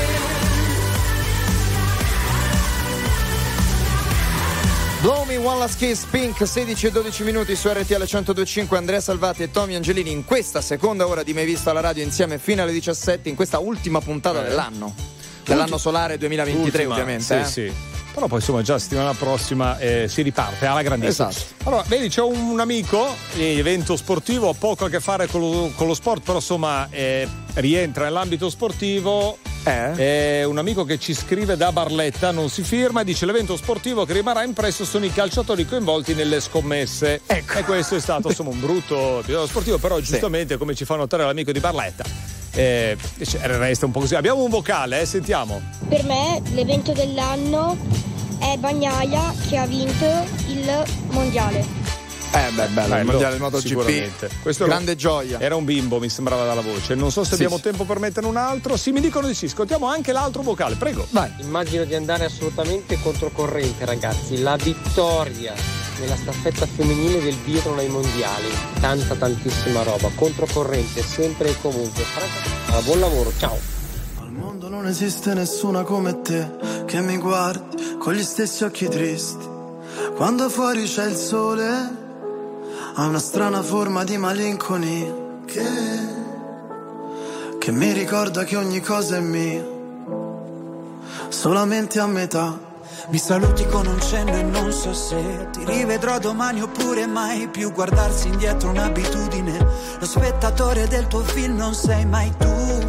kiss. Blow Me One Last Kiss, Pink, 16 e 12 minuti su RTL 102.5. Andrea Salvati e Tommy Angelini in questa seconda ora di Mai Visto alla radio insieme fino alle 17 in questa ultima puntata dell'anno solare 2023. Ultima, ovviamente. sì. Però poi insomma già settimana prossima si riparte alla grandissima. Esatto. Allora, vedi, c'è un amico, evento sportivo, poco a che fare con lo sport, però insomma rientra nell'ambito sportivo. È un amico che ci scrive da Barletta, non si firma, dice: l'evento sportivo che rimarrà impresso sono i calciatori coinvolti nelle scommesse. Ecco. E questo è stato insomma un brutto episodio sportivo, però giustamente come ci fa notare l'amico di Barletta resta un po' così. Abbiamo un vocale, sentiamo. Per me l'evento dell'anno è Bagnaia che ha vinto il mondiale. Bello, il mondiale del MotoGP. Questo grande gioia. Era un bimbo, mi sembrava dalla voce. Non so se abbiamo tempo per metterne un altro. Sì, mi dicono di sì. Ascoltiamo anche l'altro vocale, prego. Vai. Immagino di andare assolutamente controcorrente, ragazzi. La vittoria nella staffetta femminile del biathlon ai mondiali. Tantissima roba. Controcorrente, sempre e comunque. Buon lavoro, ciao. Al mondo non esiste nessuna come te che mi guardi con gli stessi occhi tristi. Quando fuori c'è il sole ha una strana forma di malinconia che mi ricorda che ogni cosa è mia, solamente a metà. Mi saluti con un cenno e non so se ti rivedrò domani oppure mai più. Guardarsi indietro è un'abitudine. Lo spettatore del tuo film non sei mai tu.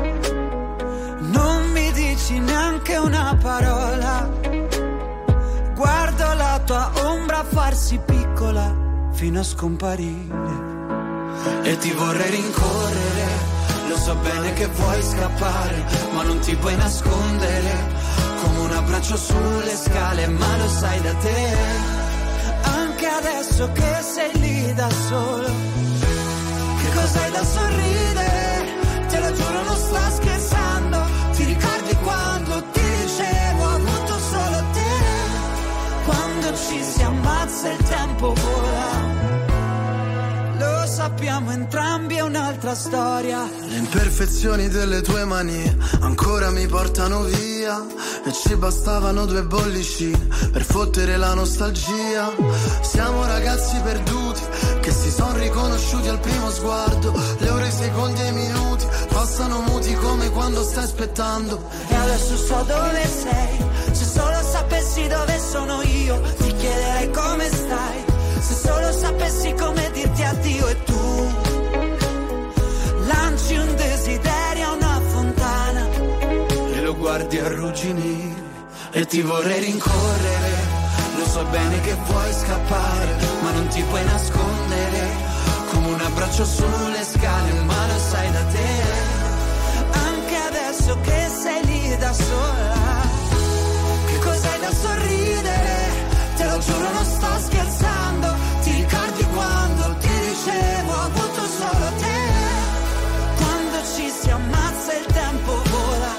Non mi dici neanche una parola. Guardo la tua ombra farsi piccola fino a scomparire. E ti vorrei rincorrere. Lo so bene che vuoi scappare, ma non ti puoi nascondere. Come un abbraccio sulle scale, ma lo sai da te. Anche adesso che sei lì da solo. Che cos'hai da sorridere? Te lo giuro non sto scherzando. Ti ricordi quando ti dicevo ho avuto solo te? Quando ci si ammazza il tempo vola. Lo sappiamo entrambi, è un'altra storia. Le imperfezioni delle tue mani ancora mi portano via. E ci bastavano 2 bollicine per fottere la nostalgia. Siamo ragazzi perduti che si sono riconosciuti al primo sguardo. Le ore, i secondi e i minuti passano muti come quando stai aspettando. E adesso so dove sei. Se solo sapessi dove sono io, ti chiederei come stai. Se solo sapessi come dirti addio e tu lanci un desiderio a una fontana e lo guardi arrugginire. E ti vorrei rincorrere. Lo so bene che vuoi scappare, ma non ti puoi nascondere. Come un abbraccio sulle scale, ma lo sai da te. Anche adesso che sei lì da sola. Che cos'hai da sorridere? Te lo giuro non sto scherzando. Ti ricordi quando ti dicevo ho avuto solo te? Quando ci si ammazza il tempo vola.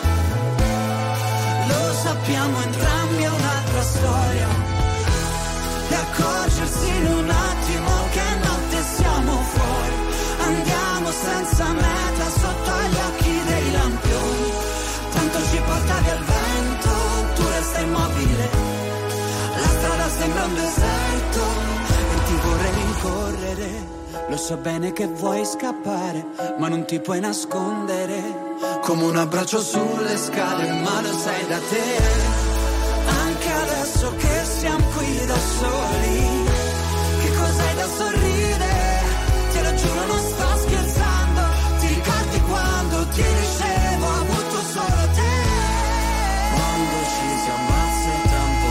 Lo sappiamo entrambi, è un'altra storia. E accorgersi in un attimo che notte siamo fuori. Andiamo senza meta sotto agli occhi dei lampioni. Tanto ci portavi al vento, tu resta immobile. La strada sembra un deserto e ti vorrei rincorrere. Lo so bene che vuoi scappare, ma non ti puoi nascondere. Come un abbraccio sulle scale, ma lo sai da te. Anche adesso che siamo qui da soli. Che cos'hai da sorridere? Te lo giuro non sto scherzando. Ti ricordi quando ti dicevo ho avuto solo te? Quando ci si ammazza il tempo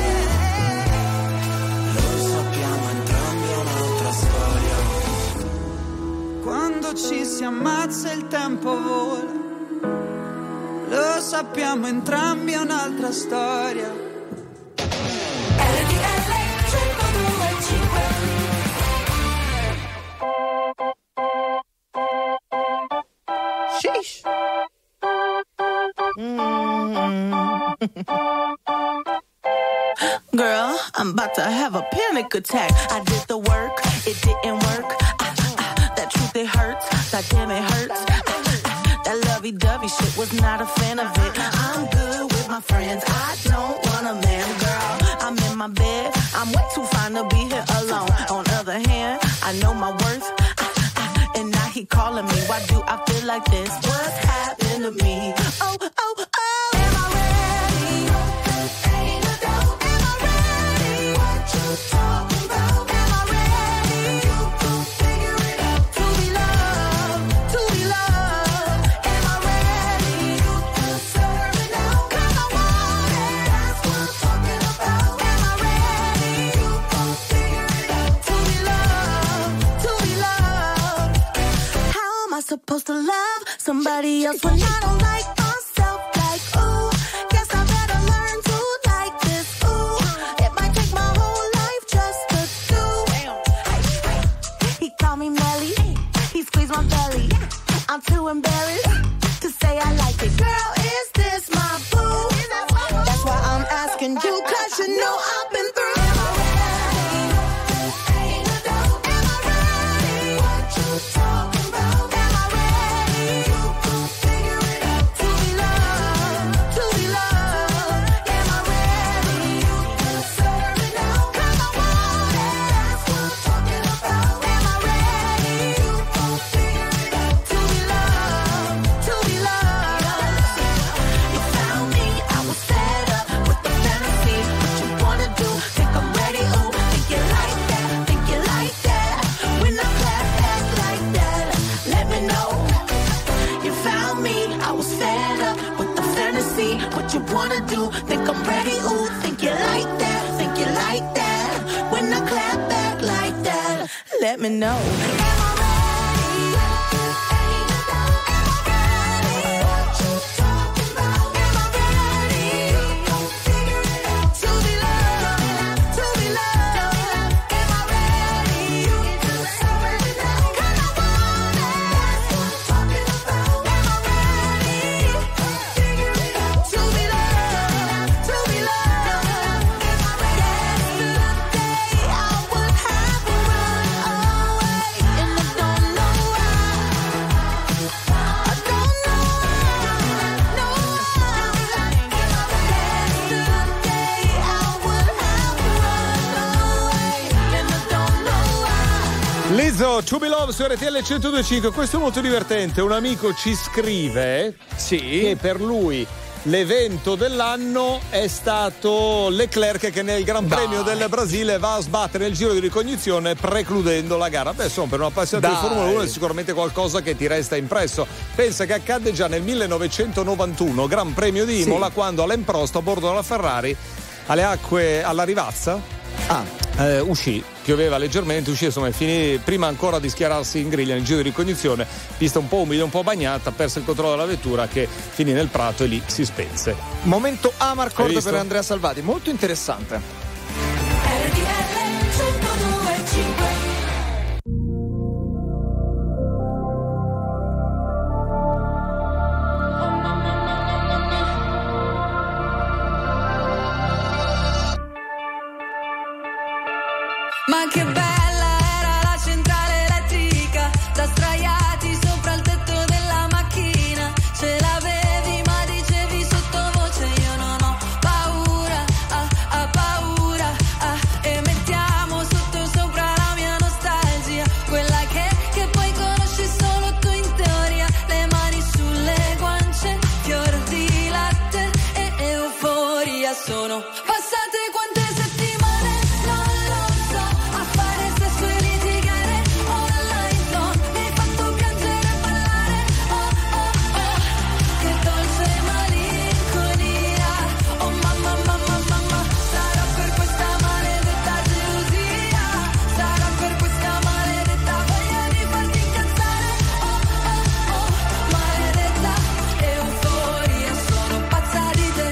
vola. Lo sappiamo entrambi, è un'altra storia. Quando ci si ammazza il tempo vola. Lo sappiamo entrambi, è un'altra storia. Sheesh. Girl, I'm about to have a panic attack. I did the work, it didn't work. That truth, it hurts. That damn, it hurts. That lovey-dovey shit, was not a fan of it. I'm good with my friends, I don't want a man. Girl, I'm in my bed, I'm way too fine to be here alone. On the other hand, I know my worth. And now he calling me, why do I feel like this? What's happened to me? Oh, oh, oh. Am I ready? Ain't no doubt. Am I ready? What you talking about? Am I ready? You gon' figure it out. To be loved, to be loved. Am I ready? You deserve it now. 'Cause I want it. That's what I'm talking about. Am I ready? You gon' figure it out. To be loved, to be loved. How am I supposed to love somebody else when I don't like myself? Like, ooh, guess I better learn to like this. Ooh, it might take my whole life just to do. He called me Melly, he squeezed my belly. I'm too embarrassed to say I like it. Girl, is this my boo? That's why I'm asking you, 'cause you know I've been through. Am I ready? Ain't no doubt. Am I ready? What you talking about? Am I ready? You gon' figure it out. To be loved, to be loved. Am I ready? You deserve it now. 'Cause I want it. That's what I'm talking about. Am I ready? You gon' figure it out. To be loved, to ready, ooh, think you like that, think you like that. When I clap back like that, let me know. Lizzo, To Be Love su RTL 102.5. Questo è molto divertente. Un amico ci scrive che per lui l'evento dell'anno è stato Leclerc che nel Gran Premio del Brasile va a sbattere il giro di ricognizione precludendo la gara. Beh, insomma, per un appassionato di Formula 1 è sicuramente qualcosa che ti resta impresso. Pensa che accadde già nel 1991, Gran Premio di Imola, quando Alain Prost a bordo della Ferrari alle acque alla Rivazza uscì, pioveva leggermente, uscì, insomma, finì prima ancora di schierarsi in griglia nel giro di ricognizione, pista un po' umida, un po' bagnata, perse il controllo della vettura che finì nel prato e lì si spense. Momento Amarcord per Andrea Salvati, molto interessante. Ma che bella era la centrale elettrica, da sdraiati sopra il tetto della macchina. Ce l'avevi ma dicevi sottovoce io non ho paura, paura, e mettiamo sotto sopra la mia nostalgia, quella che poi conosci solo tu in teoria. Le mani sulle guance, fior di latte e euforia sono passate quante settimane, non lo so, a fare sesso e litigare online zone. Mi hai fatto piangere e ballare, oh oh oh, che dolce malinconia. Oh mamma, mamma, mamma, sarà per questa maledetta gelosia, sarà per questa maledetta voglia di farti incazzare, oh oh oh, maledetta euforia, sono pazza di te,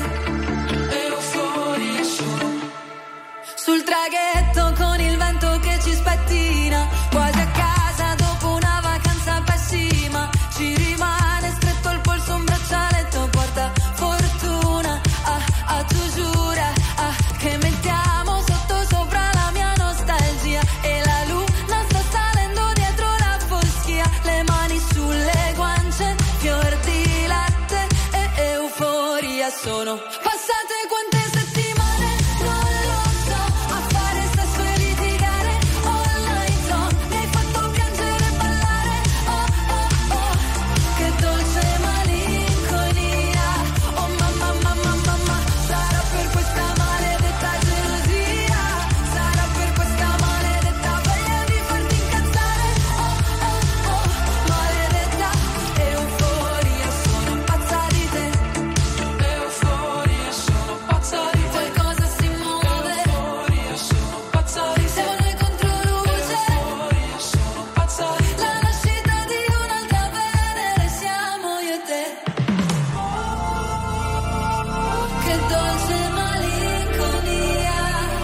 euforia sono. Sul traghetto con il vento che ci spettina, quasi a casa dopo una vacanza pessima, ci rimane stretto al polso un braccialetto porta fortuna, tu giura, che mettiamo sotto sopra la mia nostalgia, e la luna sta salendo dietro la foschia. Le mani sulle guance, fior di latte e euforia sono passate quante settimane, non lo so, a fare sesso e litigare online zone. Mi hai fatto piangere e ballare, oh oh oh, che dolce malinconia. Oh mamma, mamma, mamma, sarà per questa maledetta gelosia, sarà per questa maledetta voglia di farti incazzare, oh oh oh, maledetta euforia, sono pazza di te, euforia, sono pazza di te. Qualcosa si muove, euforia, sono pazza di te. Siamo noi contro luce, euforia, sono pazza di te. La nascita di un'altra Venere siamo io e te. Che dolce malinconia,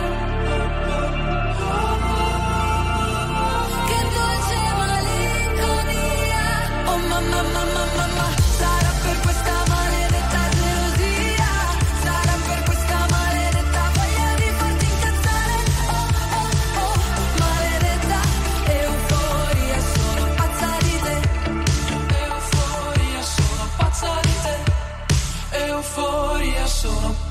che dolce malinconia. Oh mamma, mamma, mamma, sarà per questa maledetta gelosia, sarà per questa maledetta voglia di farti incazzare, oh oh oh, maledetta euforia, sono pazza di te, euforia, sono pazza di te, euforia, sono.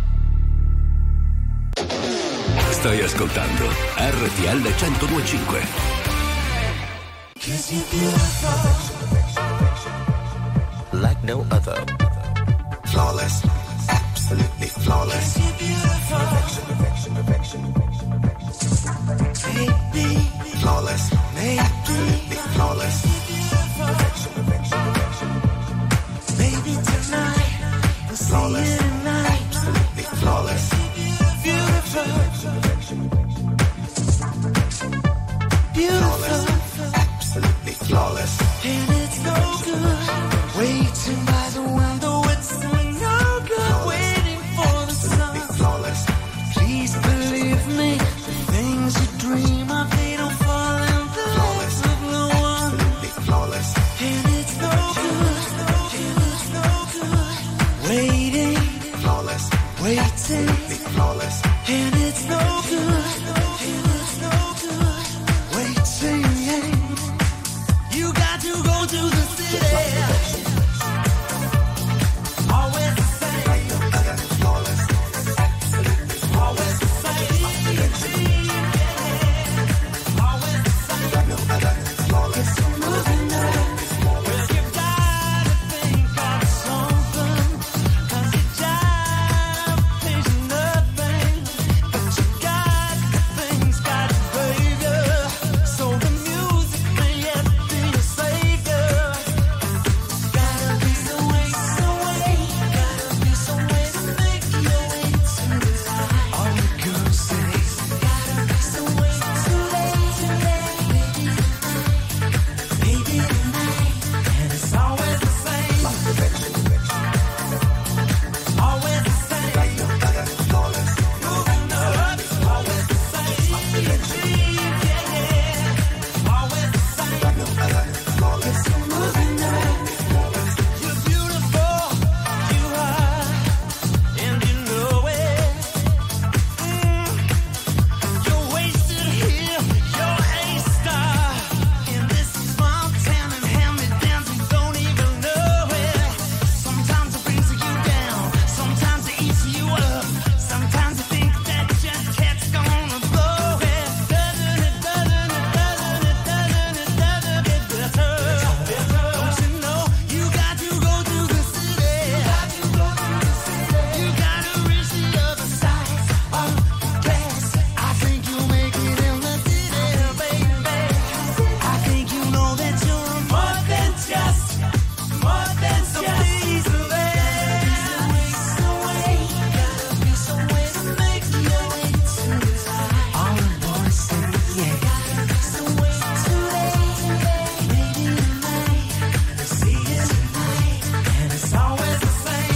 Stai ascoltando RTL 102.5. Like no other. Flawless, absolutely flawless. Baby, flawless, absolutely flawless. Baby, tonight, we'll see you tonight. Absolutely flawless. flawless, absolutely flawless. And it's no good waiting by the window. It's no good waiting for the sun. Flawless. Please believe me, the things you dream of, they don't fall in the laps of no one. Absolutely flawless. And it's no good, and it's no good waiting, flawless, waiting, absolutely flawless. and it's no good, and it's no good waiting. You got to go to the city. Always the same. Flawless, absolutely Always the same. Always the same. no other flawless. Moving now. Well, you gotta think of something, 'cause you gotta think nothing, but you got the things, got it, baby. So the music may yet be your savior. Gotta be some way, gotta be some way to make your way tonight. All the girls say, gotta be some way baby tonight, and it's always the same. Always the same. Moving up, always the same. Yeah, always the same. Moving up. You're beautiful, you are, and you know it. You're wasted here, you're a star. And this is Montana and hand-me-downs, you don't even know it. Sometimes it brings you down, sometimes it eats you up. Sometimes you think that your cat's gonna blow it. Doesn't it get better? Don't you know you got to go to the city? You gotta reach the other side of the glass. I think you'll make it in the city, baby. I think you know that you're more than just a piece of it. Gotta be some way to make your way tonight. All the boys say, yeah. Gotta be some way baby tonight. To see it tonight, and it's always the same.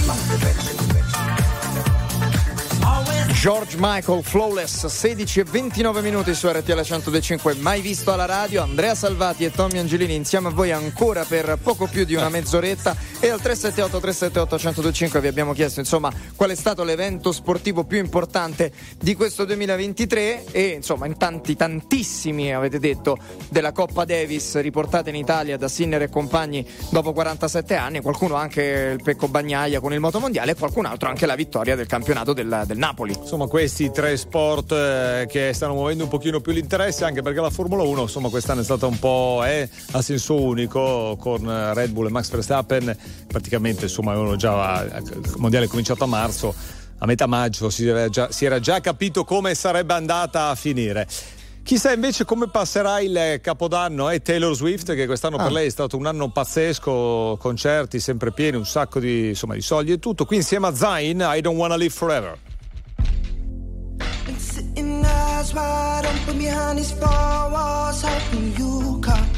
Always George Michael, Flawless, 16 e 29 minuti su RTL 105, mai visto alla radio. Andrea Salvati e Tommy Angelini insieme a voi ancora per poco più di una mezz'oretta, e al 378-378-1025 vi abbiamo chiesto insomma qual è stato l'evento sportivo più importante di questo 2023, e insomma in tantissimi avete detto della Coppa Davis riportata in Italia da Sinner e compagni dopo 47 anni, qualcuno anche il Pecco Bagnaia con il motomondiale, e qualcun altro anche la vittoria del campionato del Napoli. Insomma, questi tre sport che stanno muovendo un pochino più l'interesse, anche perché la Formula 1 insomma quest'anno è stata un po' a senso unico, con Red Bull e Max Verstappen. Praticamente insomma il mondiale è cominciato a marzo, a metà maggio si era già capito come sarebbe andata a finire. Chissà invece come passerà il Capodanno. Taylor Swift, che quest'anno per lei è stato un anno pazzesco, concerti sempre pieni, un sacco di soldi e tutto. Qui insieme a Zayn, I Don't Wanna Live Forever. Been sitting eyes wide open behind these four walls, hoping you come.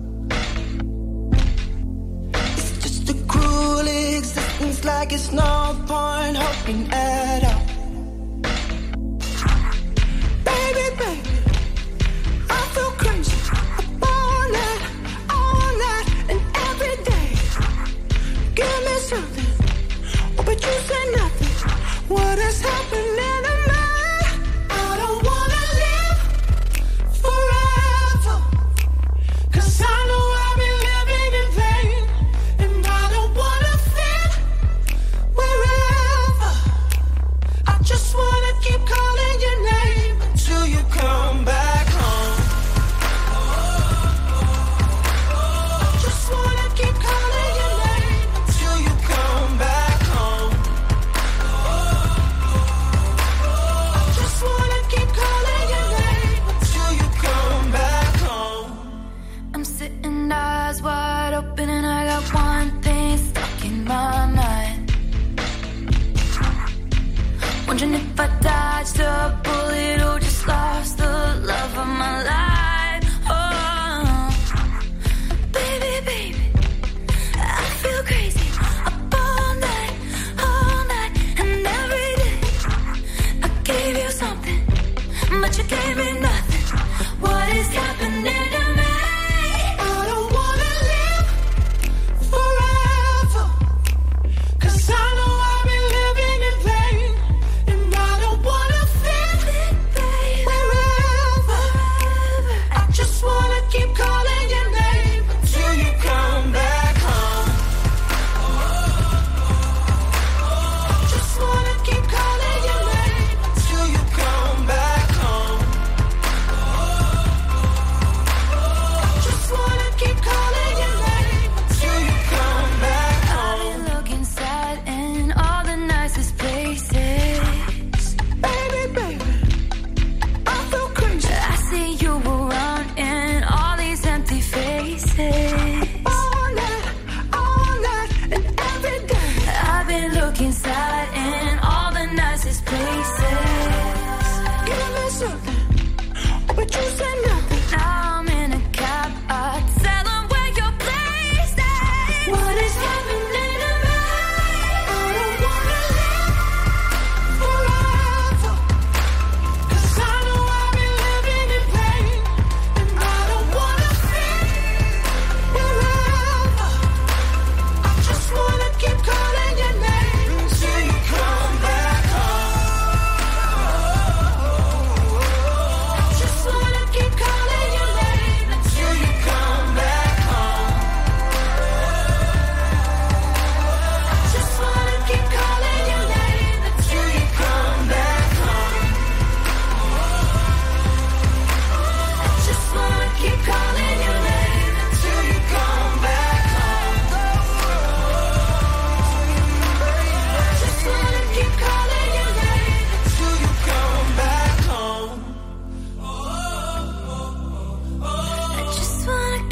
It's just a cruel existence, like it's no point hoping at all. Baby, I feel crazy up all night and every day. Give me something, oh, but you say nothing. What is happening to me? I don't wanna live forever, 'cause I know I've been living in vain, and I don't wanna fit wherever.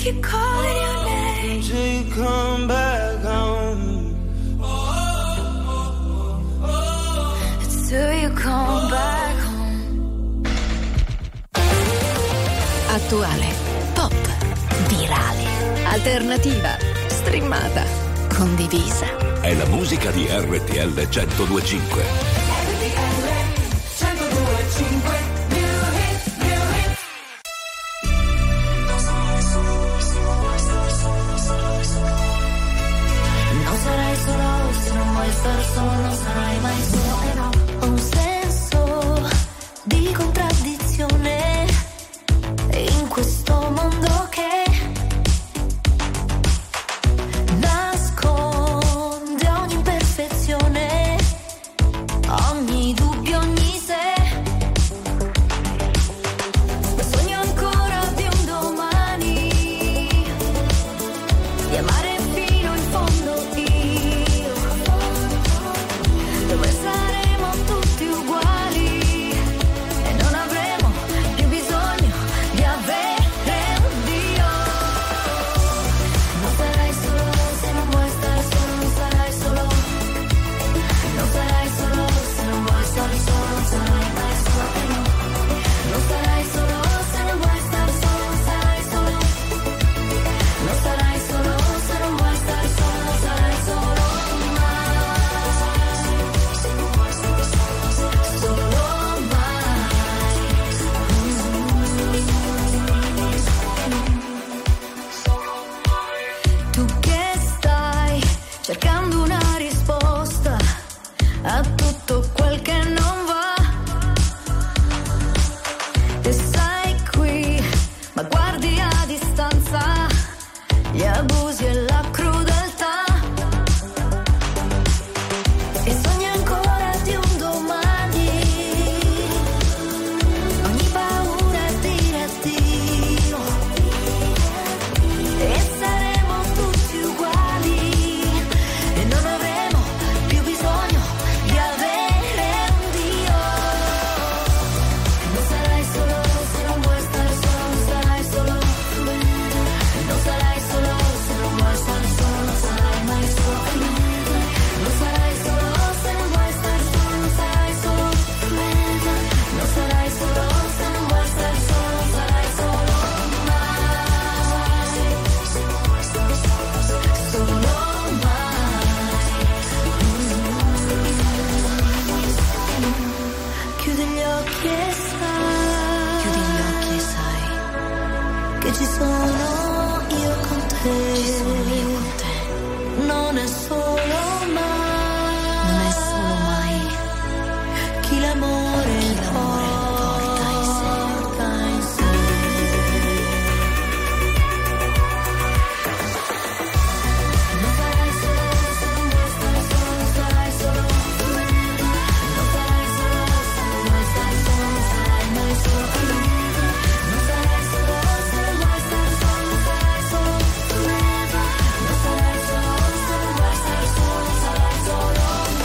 keep calling your name till you come back home. Till you come back home. Attuale, pop, virale, alternativa, streamata, condivisa. È la musica di RTL 102.5. Non sarai mai solo e no. Ho un senso di contraddizione in questo mondo che nasconde ogni imperfezione, ogni dubbio, ogni se. Sogno ancora di un domani, di amare fino in fondo io, dove saremo tutti uguali e non avremo più bisogno di avere un Dio. Non sarai solo se non vuoi stare solo, non sarai solo. Non sarai solo se non vuoi stare solo, non sarai mai solo e no. Non sarai solo se non vuoi stare solo, non sarai solo. Non sarai solo se non vuoi stare solo, non sarai solo mai. Solo mai. Tu che stai cercando una risposta a tutto quel che non va, e sei qui ma guardi a distanza gli abusi e la crudeltà, e sogni ancora di un domani, ogni paura è dire addio, e saremo tutti uguali e non avremo più bisogno di avere un Dio. Non sarai solo se non vuoi stare solo, non sarai solo. Non sarai solo se non vuoi stare solo, non sarai mai solo. Non sarai solo se non vuoi stare solo, non sarai solo. Non sarai solo se non vuoi stare solo, non sarai solo mai. Solo mai. Chiudi gli occhi e sai. Chiudi gli occhi e sai che ci sono io con te. Ci sono io con te. Non è solo mai. Non è solo mai. Chi l'amore porta in sé. Non sarai solo se non vuoi stare solo, non sarai solo. Non sarai solo se non vuoi stare solo, non sarai mai solo. Non sarai solo se non vuoi stare solo, non sarai solo. Non sarai solo se non vuoi stare solo, non sarai solo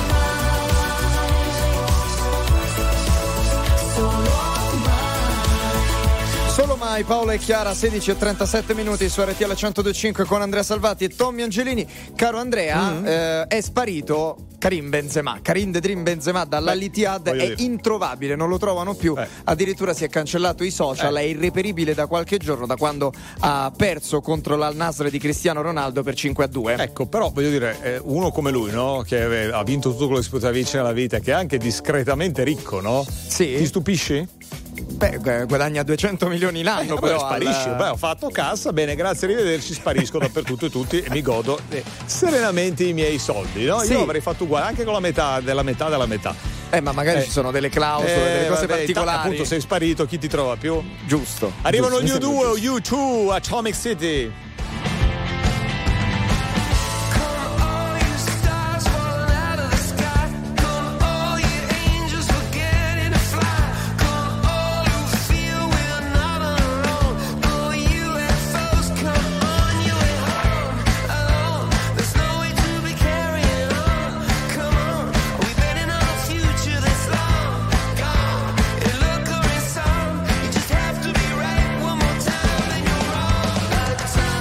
mai. Solo Solo mai. Paola e Chiara, 16:37 minuti su RTL 102.5 con Andrea Salvati e Tommy Angelini. Caro Andrea, è sparito Karim The Dream Benzema dall'Al-Ittihad, è introvabile, non lo trovano più, addirittura si è cancellato i social, è irreperibile da qualche giorno, da quando ha perso contro l'Al-Nassr di Cristiano Ronaldo per 5-2. Ecco, però voglio dire, uno come lui, no? Che ha vinto tutto quello che si poteva vincere nella vita, che è anche discretamente ricco, no? Sì. Ti stupisci? Beh, guadagna 200 milioni l'anno, però sparisci. Beh, ho fatto cassa, bene, grazie, arrivederci, sparisco dappertutto e tutti e mi godo serenamente i miei soldi, no? Sì. Io avrei fatto uguale, anche con la metà della metà della metà. Ma magari ci sono delle clausole, delle cose particolari. Appunto, sei sparito, chi ti trova più? Giusto. Arrivano gli U2 o U2 Atomic City. time.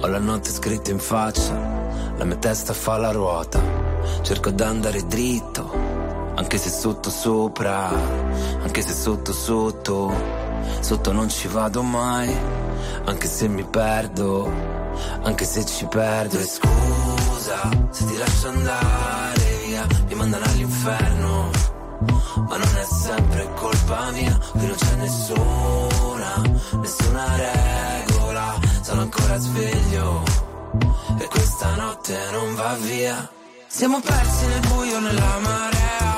la notte scritta in faccia, la mia testa fa la ruota. Cerco d'andare dritto, anche se sotto sopra, anche se sotto sotto, sotto non ci vado mai, anche se mi perdo, anche se ci perdo. E scusa se ti lascio andare via, mi mandano all'inferno, ma non è sempre colpa mia, qui non c'è nessuna regola, sono ancora sveglio e questa notte non va via. Siamo persi nel buio, nella marea,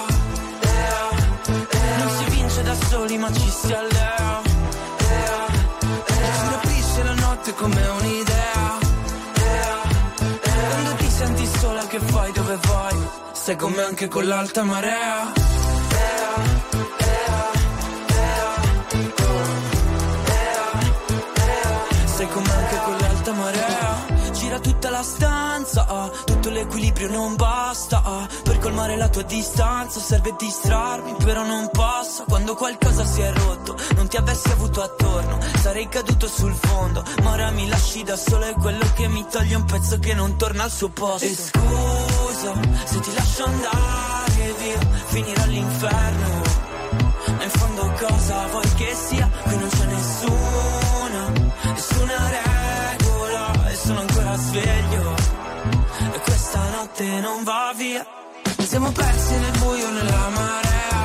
non si vince da soli ma ci si allea, ci rapisce la notte come un'idea, quando ti senti sola che fai, dove vai? Sei con me anche con l'alta marea. Sei con me anche con l'alta marea. Gira tutta la stanza, tutto l'equilibrio non basta, per colmare la tua distanza serve distrarmi, però non passa. Quando qualcosa si è rotto, non ti avessi avuto attorno, sarei caduto sul fondo, ma ora mi lasci da solo, è quello che mi toglie un pezzo che non torna al suo posto. E scusa se ti lascio andare via, finirò all'inferno, ma in fondo cosa vuoi che sia? Qui non c'è nessuna regola e sono ancora sveglio e questa notte non va via. Siamo persi nel buio, nella marea,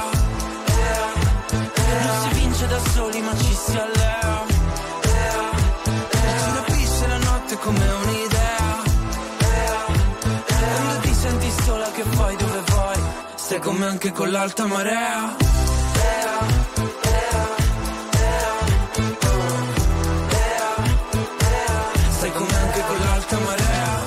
non si vince da soli ma ci si allea, ci rapisce la notte come un'idea, quando ti senti sola che fai, dove vai? Stai con me anche con l'alta marea. Stai con me anche con l'alta marea.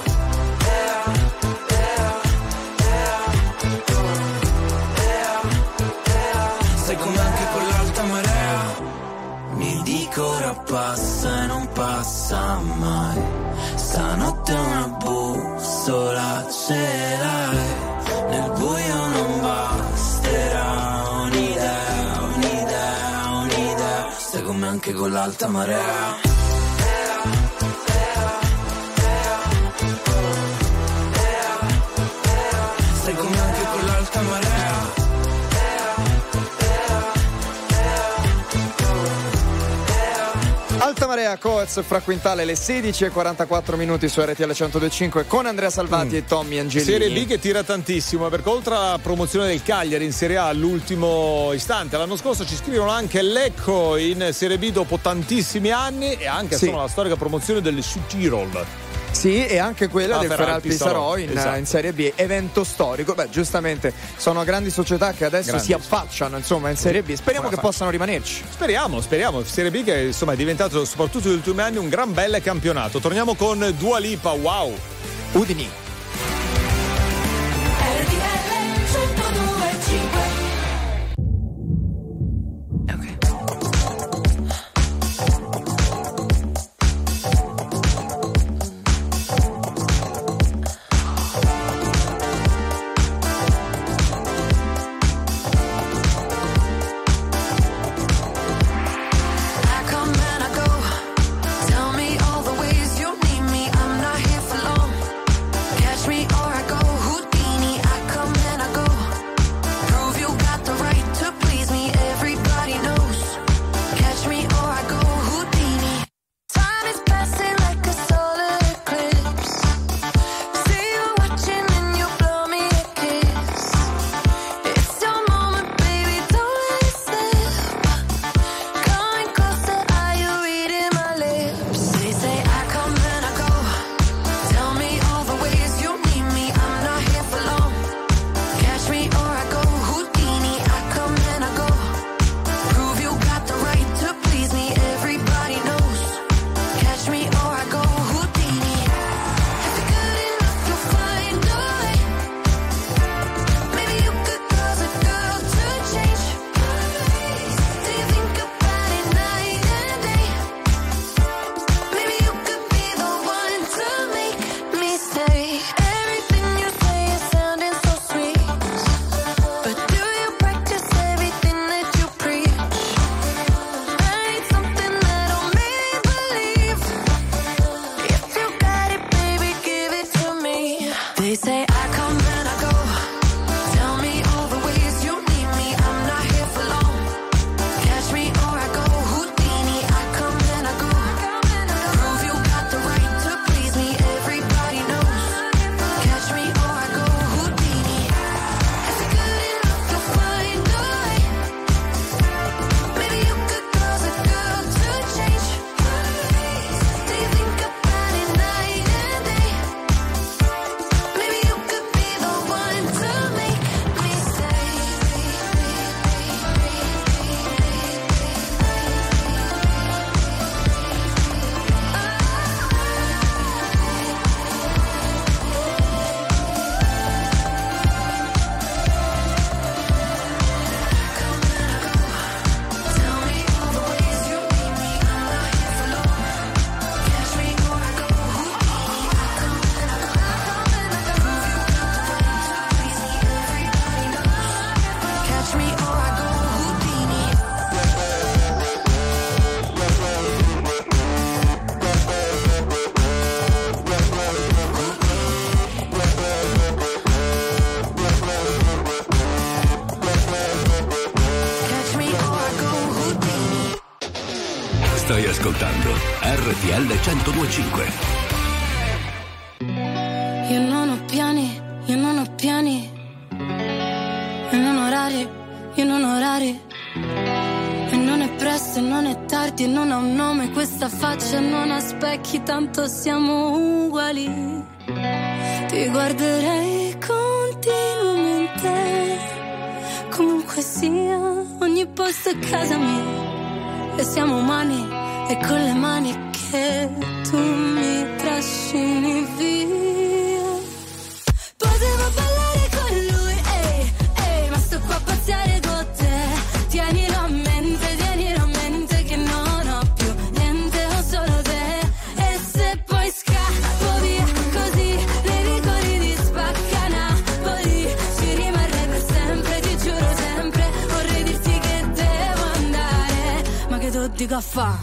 Stai con me anche con l'alta marea. Mi dico ora passa e non passa mai, stanotte una bussola ce l'hai, nel buio non basterà un'idea, stai con me anche con l'alta marea. Stai con me anche con l'alta marea. Alta Marea, Coez, Fra Quintale, le 16:44 su RTL 102.5 con Andrea Salvati e Tommy Angelini. Serie B che tira tantissimo, perché oltre alla promozione del Cagliari in Serie A all'ultimo istante, l'anno scorso ci scrivono anche Lecco in Serie B dopo tantissimi anni, e anche insomma la storica promozione del Südtirol. Sì, e anche quella del Ferral Pisarò esatto. in Serie B, evento storico. Beh, giustamente sono grandi società che adesso si affacciano insomma in Serie B. Speriamo che possano rimanerci. Speriamo. Serie B che insomma è diventato soprattutto negli ultimi anni un gran bel campionato. Torniamo con Dua Lipa, wow. Udini. Prove you got the right to please me. Everybody knows Stai ascoltando RTL 102.5. Io non ho piani, io non ho piani. E non orari, io non ho orari. E non è presto e non è tardi e non ha un nome questa faccia e non ha specchi, tanto siamo uguali. Ti guarderei continuamente, comunque sia, ogni posto è casa mia. E siamo umani e con le mani che tu mi trascini via. Potevo ballare con lui, ehi, ehi, ma sto qua a pazziare con te. Tienilo a mente che non ho più niente, ho solo te. E se poi scappo via così, nei vicoli di Spacca Napoli, ci rimarrei per sempre, ti giuro sempre. Vorrei dirti che devo andare, ma che tu dico a fa'?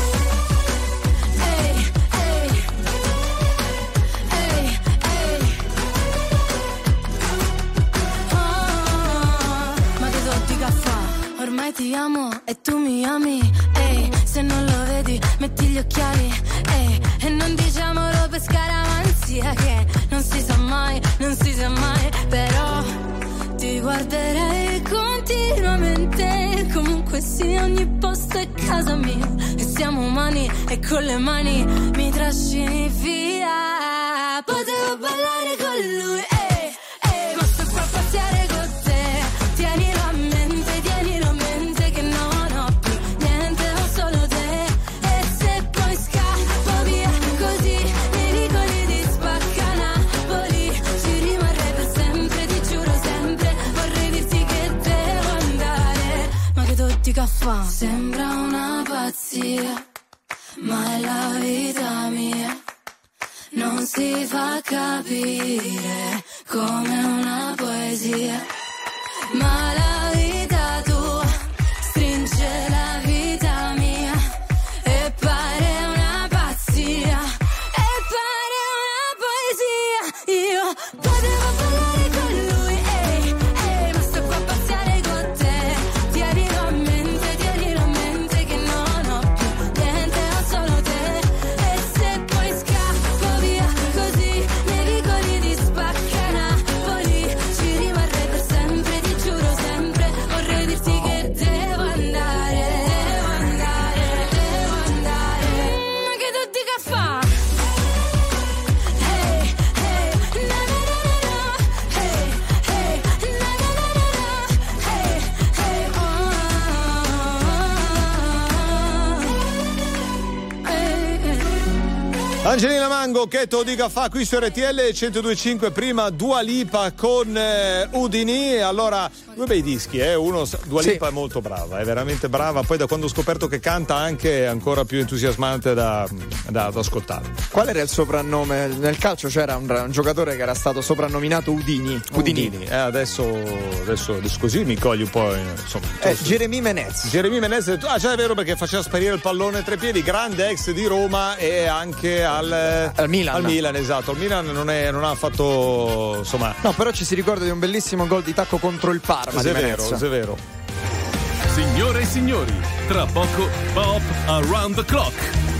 Ormai ti amo e tu mi ami, ehi, se non lo vedi metti gli occhiali, ehi, e non diciamolo per scaramanzia che non si sa mai, non si sa mai, però ti guarderei continuamente, comunque sia, ogni posto è casa mia, e siamo umani e con le mani mi trascini via. Potevo ballare con lui, ehi, ehi, ma sto qua a pazziare con te. Tienilo a mente che non ho più niente, ho solo te. E se poi scappo via così, nei vicoli di Spacca Napoli, ci rimarrei per sempre, ti giuro sempre. Vorrei dirti che devo andare, ma che tu dica fa'? Sembra una pazzia, ma è la vita mia. Non si fa capire come una poesia, ma la vita tua stringe la vita mia e pare una pazzia, e pare una poesia. Io potevo ballare con lui, ehi, ehi, ma sto qua a pazziare con te. Tienilo a mente che non ho più niente, ho solo te. E se poi scappo via così, nei vicoli di Spacca Napoli, ci rimarrei per sempre, ti giuro sempre. Vorrei dirti che devo andare, ma che tu dica fa'? Hey, hey, na na na na, hey, hey, na na na na, hey, hey, Angelina Mango, che te lo dica fa qui su RTL 102.5. Prima Dua Lipa con Udini. Allora, due bei dischi, Dua Lipa è molto brava, è veramente brava. Poi da quando ho scoperto che canta anche è ancora più entusiasmante da ascoltare. Qual era il soprannome? Nel calcio c'era un giocatore che era stato soprannominato Udini. Adesso così mi cogli un po', insomma. Jeremy Menez. Jeremy Menez, è vero, perché faceva sparire il pallone a tre piedi, grande ex di Roma e anche al Milan. Al Milan, esatto. Il Milan non ha fatto, insomma. No, però ci si ricorda di un bellissimo gol di tacco contro il Parma. È vero. Signore e signori, tra poco Pop Around the Clock.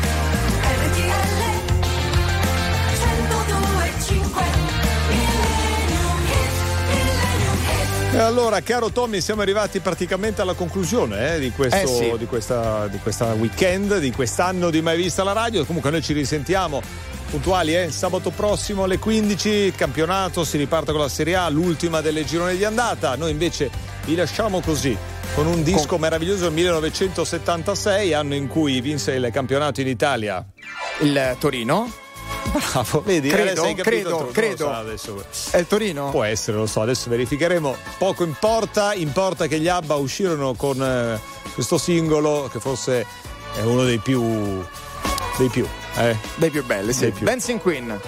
E allora, caro Tommy, siamo arrivati praticamente alla conclusione di questo di questa weekend, di quest'anno di Mai Vista la Radio. Comunque noi ci risentiamo puntuali sabato prossimo alle 15, il campionato, si riparte con la Serie A, l'ultima delle gironi di andata. Noi invece vi lasciamo così con un disco meraviglioso del 1976, anno in cui vinse il campionato in Italia il Torino. Bravo, vedi? Credo. Adesso. È il Torino? Può essere, lo so, adesso verificheremo. Poco importa che gli ABBA uscirono con questo singolo che forse è uno dei più belli, sì. Dancing Queen.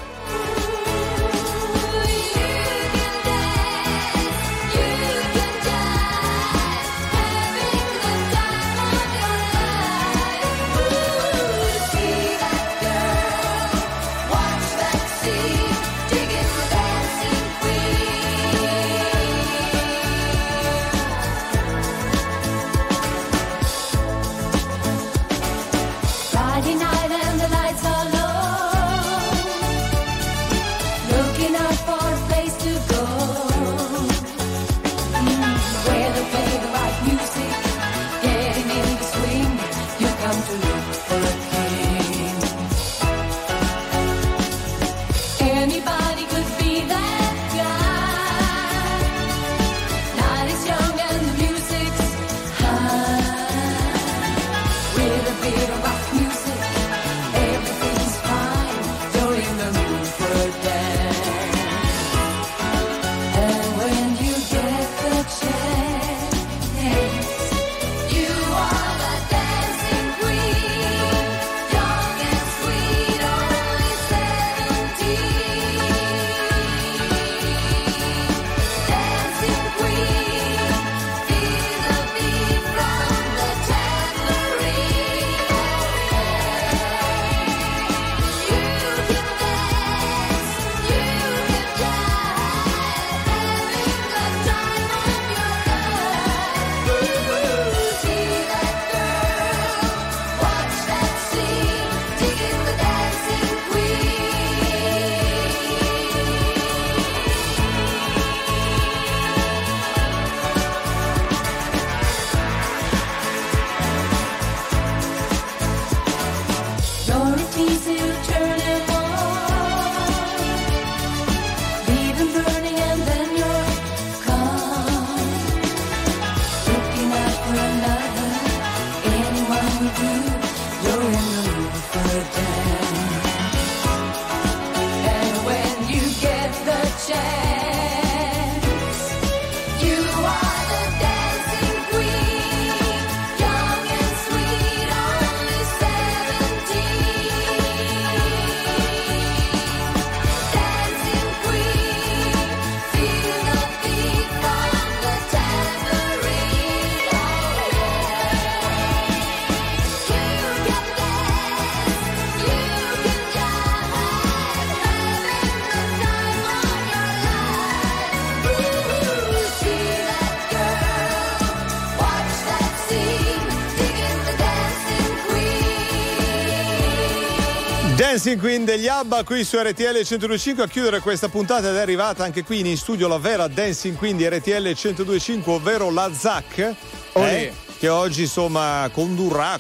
Dancing Queen degli ABBA qui su RTL 102.5. A chiudere questa puntata ed è arrivata anche qui in studio la vera Dancing Queen di RTL 102.5, ovvero la Zac, che oggi insomma condurrà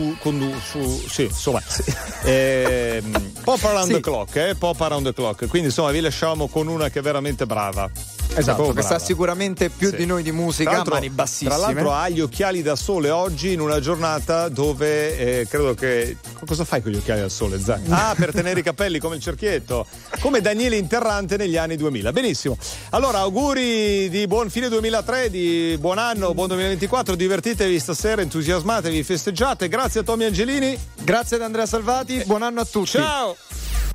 Pop Around the Clock, Pop Around the Clock. Quindi insomma vi lasciamo con una che è veramente brava. Esatto, che sa sicuramente più di noi di musica, mani bassissime. Tra l'altro ha gli occhiali da sole oggi in una giornata dove credo che... Cosa fai con gli occhiali da sole, Zac? Per tenere i capelli come il cerchietto, come Daniele Interrante negli anni 2000. Benissimo. Allora, auguri di buon fine 2003, di buon anno, buon 2024. Divertitevi stasera, entusiasmatevi, festeggiate. Grazie a Tommy Angelini. Grazie ad Andrea Salvati. Buon anno a tutti. Ciao.